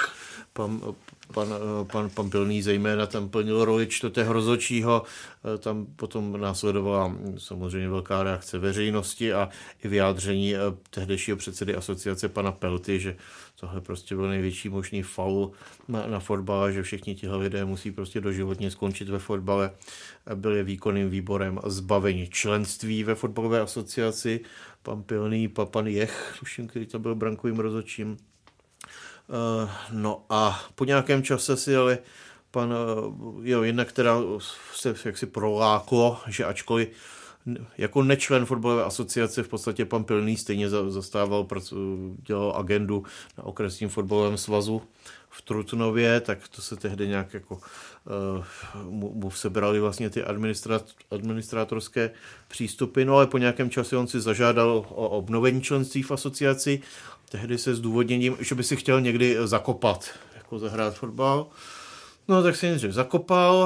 Pan Pilný zejména tam plnil roli čtvrtého rozhodčího, tam potom následovala samozřejmě velká reakce veřejnosti a i vyjádření tehdejšího předsedy asociace pana Pelty, že tohle prostě byl největší možný faul na fotbale, že všichni tihle lidé musí prostě doživotně skončit ve fotbale. Byli výkonným výborem zbaveni členství ve fotbalové asociaci. Pan Pilný, pan Jech, tuším, který to byl brankovým rozhodčím. No a po nějakém čase si ale jednak teda se jaksi proláklo, že ačkoliv jako nečlen fotbalové asociace v podstatě pan Pilný stejně dělal agendu na okresním fotbalovém svazu v Trutnově, tak to se tehdy nějak jako mu sebrali vlastně ty administrátorské přístupy, no ale po nějakém čase on si zažádal o obnovení členství v asociaci, tehdy se zdůvodněním, že by si chtěl někdy zakopat, jako zahrát fotbal. No tak si nejdřív zakopal,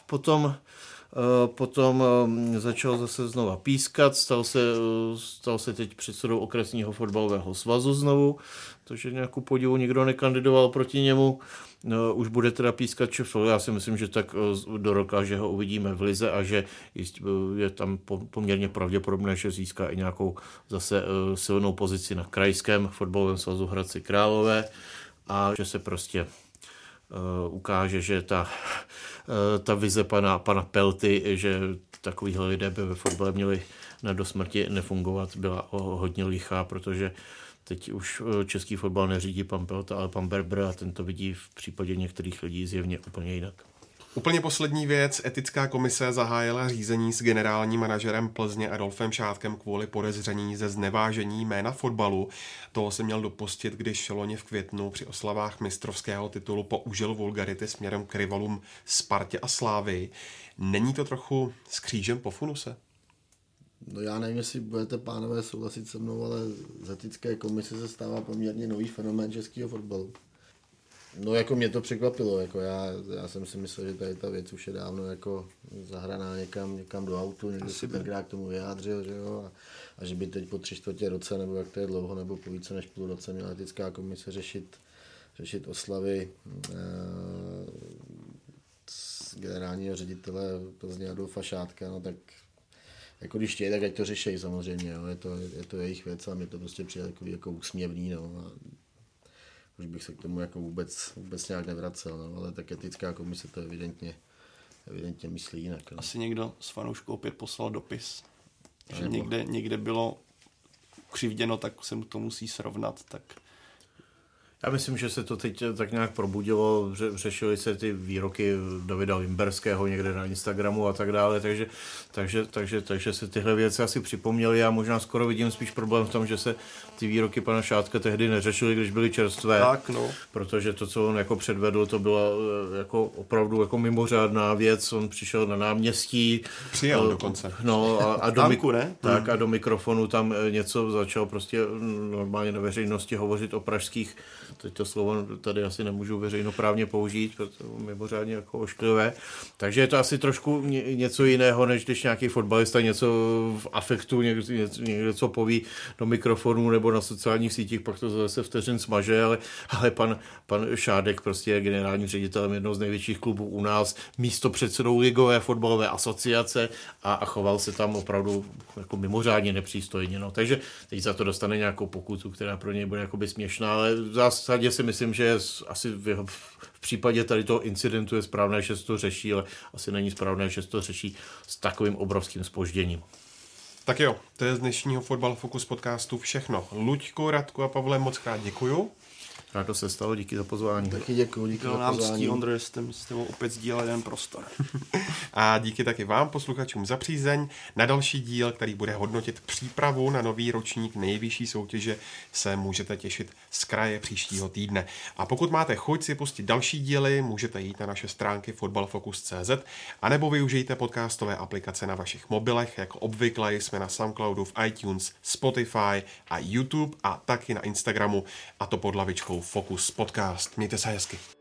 potom začal zase znova pískat, stal se teď předsedou okresního fotbalového svazu znovu, takže nějakou podivu nikdo nekandidoval proti němu. No, už bude teda pískat ČFL, já si myslím, že tak do roka, že ho uvidíme v lize a že je tam poměrně pravděpodobné, že získá i nějakou zase silnou pozici na krajském fotbalovém svazu Hradci Králové a že se prostě ukáže, že ta vize pana Pelty, že takovýhle lidé by ve fotbale měli do smrti nefungovat, byla hodně lichá, protože teď už český fotbal neřídí pan Pelta, ale pan Berber a ten to vidí v případě některých lidí zjevně úplně jinak. Úplně poslední věc. Etická komise zahájila řízení s generálním manažerem Plzně Adolfem Šátkem kvůli podezření ze znevážení jména fotbalu. Toho se měl dopustit, když loni v květnu při oslavách mistrovského titulu použil vulgarity směrem k rivalům Spartě a Slávii. Není to trochu s křížem po funuse? No já nevím, jestli budete, pánové, souhlasit se mnou, ale z etické komise se stává poměrně nový fenomén českého fotbalu. No jako mě to překvapilo, jako já jsem si myslel, že tady ta věc už je dávno jako zahraná někam do autu, někdo se tenkrát k tomu vyjádřil, že jo, a že by teď po 3/4 roce, nebo jak to je dlouho, nebo po více než půl roce měla etická komise řešit oslavy generálního ředitele Plzně Adolfa Šátka, no tak jako když chtějí, tak ať to řeší samozřejmě, jo. Je to jejich věc a mě to prostě přijde takový jako úsměvný, no. A už bych se k tomu jako vůbec nějak nevracel, no, ale tak etická komise to evidentně myslí jinak. No. Asi někdo s fanouškou opět poslal dopis, že někde bylo ukřivděno, tak se mu to musí srovnat, tak... Já myslím, že se to teď tak nějak probudilo, řešily se ty výroky Davida Limberského někde na Instagramu a tak dále, takže se tyhle věci asi připomněly. Já možná skoro vidím spíš problém v tom, že se ty výroky pana Šádka tehdy neřešily, když byly čerstvé. Tak, no. Protože to, co on jako předvedl, to byla jako opravdu jako mimořádná věc. On přišel na náměstí. Přijel dokonce. No a Tanku, ne? Tak a do mikrofonu tam něco začal prostě normálně na veřejnosti hovořit o pražských. Teď to slovo tady asi nemůžu veřejnoprávně použít, protože je mimořádně jako ošklivé. Takže je to asi trošku něco jiného, než když nějaký fotbalista něco v afektu, někde co poví do mikrofonu nebo na sociálních sítích, pak to zase vteřin smaže, ale pan Šádek prostě je generálním ředitelem jednoho z největších klubů u nás, místopředsedou Ligové fotbalové asociace a choval se tam opravdu jako mimořádně nepřístojně. No. Takže teď za to dostane nějakou pokutu, která pro něj bude jakoby směšná, ale v zásadě si myslím, že asi v případě tady toho incidentu je správné, že se to řeší, ale asi není správné, že se to řeší s takovým obrovským zpožděním. Tak jo, to je z dnešního Fotbal Focus podcastu všechno. Luďku, Radku a Pavle, moc krát děkuju. Rádo se stalo, díky za pozvání. Taky děkuju, díky za pozvání. Nám ctí, Ondro, že jste s tebou opět sdílel jeden prostor. A díky taky vám, posluchačům, za přízeň. Na další díl, který bude hodnotit přípravu na nový ročník nejvyšší soutěže, se můžete těšit z kraje příštího týdne. A pokud máte chuť si pustit další díly, můžete jít na naše stránky fotbalfocus.cz anebo využijte podcastové aplikace na vašich mobilech. Jako obvykle jsme na Soundcloudu, v iTunes, Spotify a YouTube a taky na Instagramu, a to pod hlavičkou Focus Podcast. Mějte se hezky.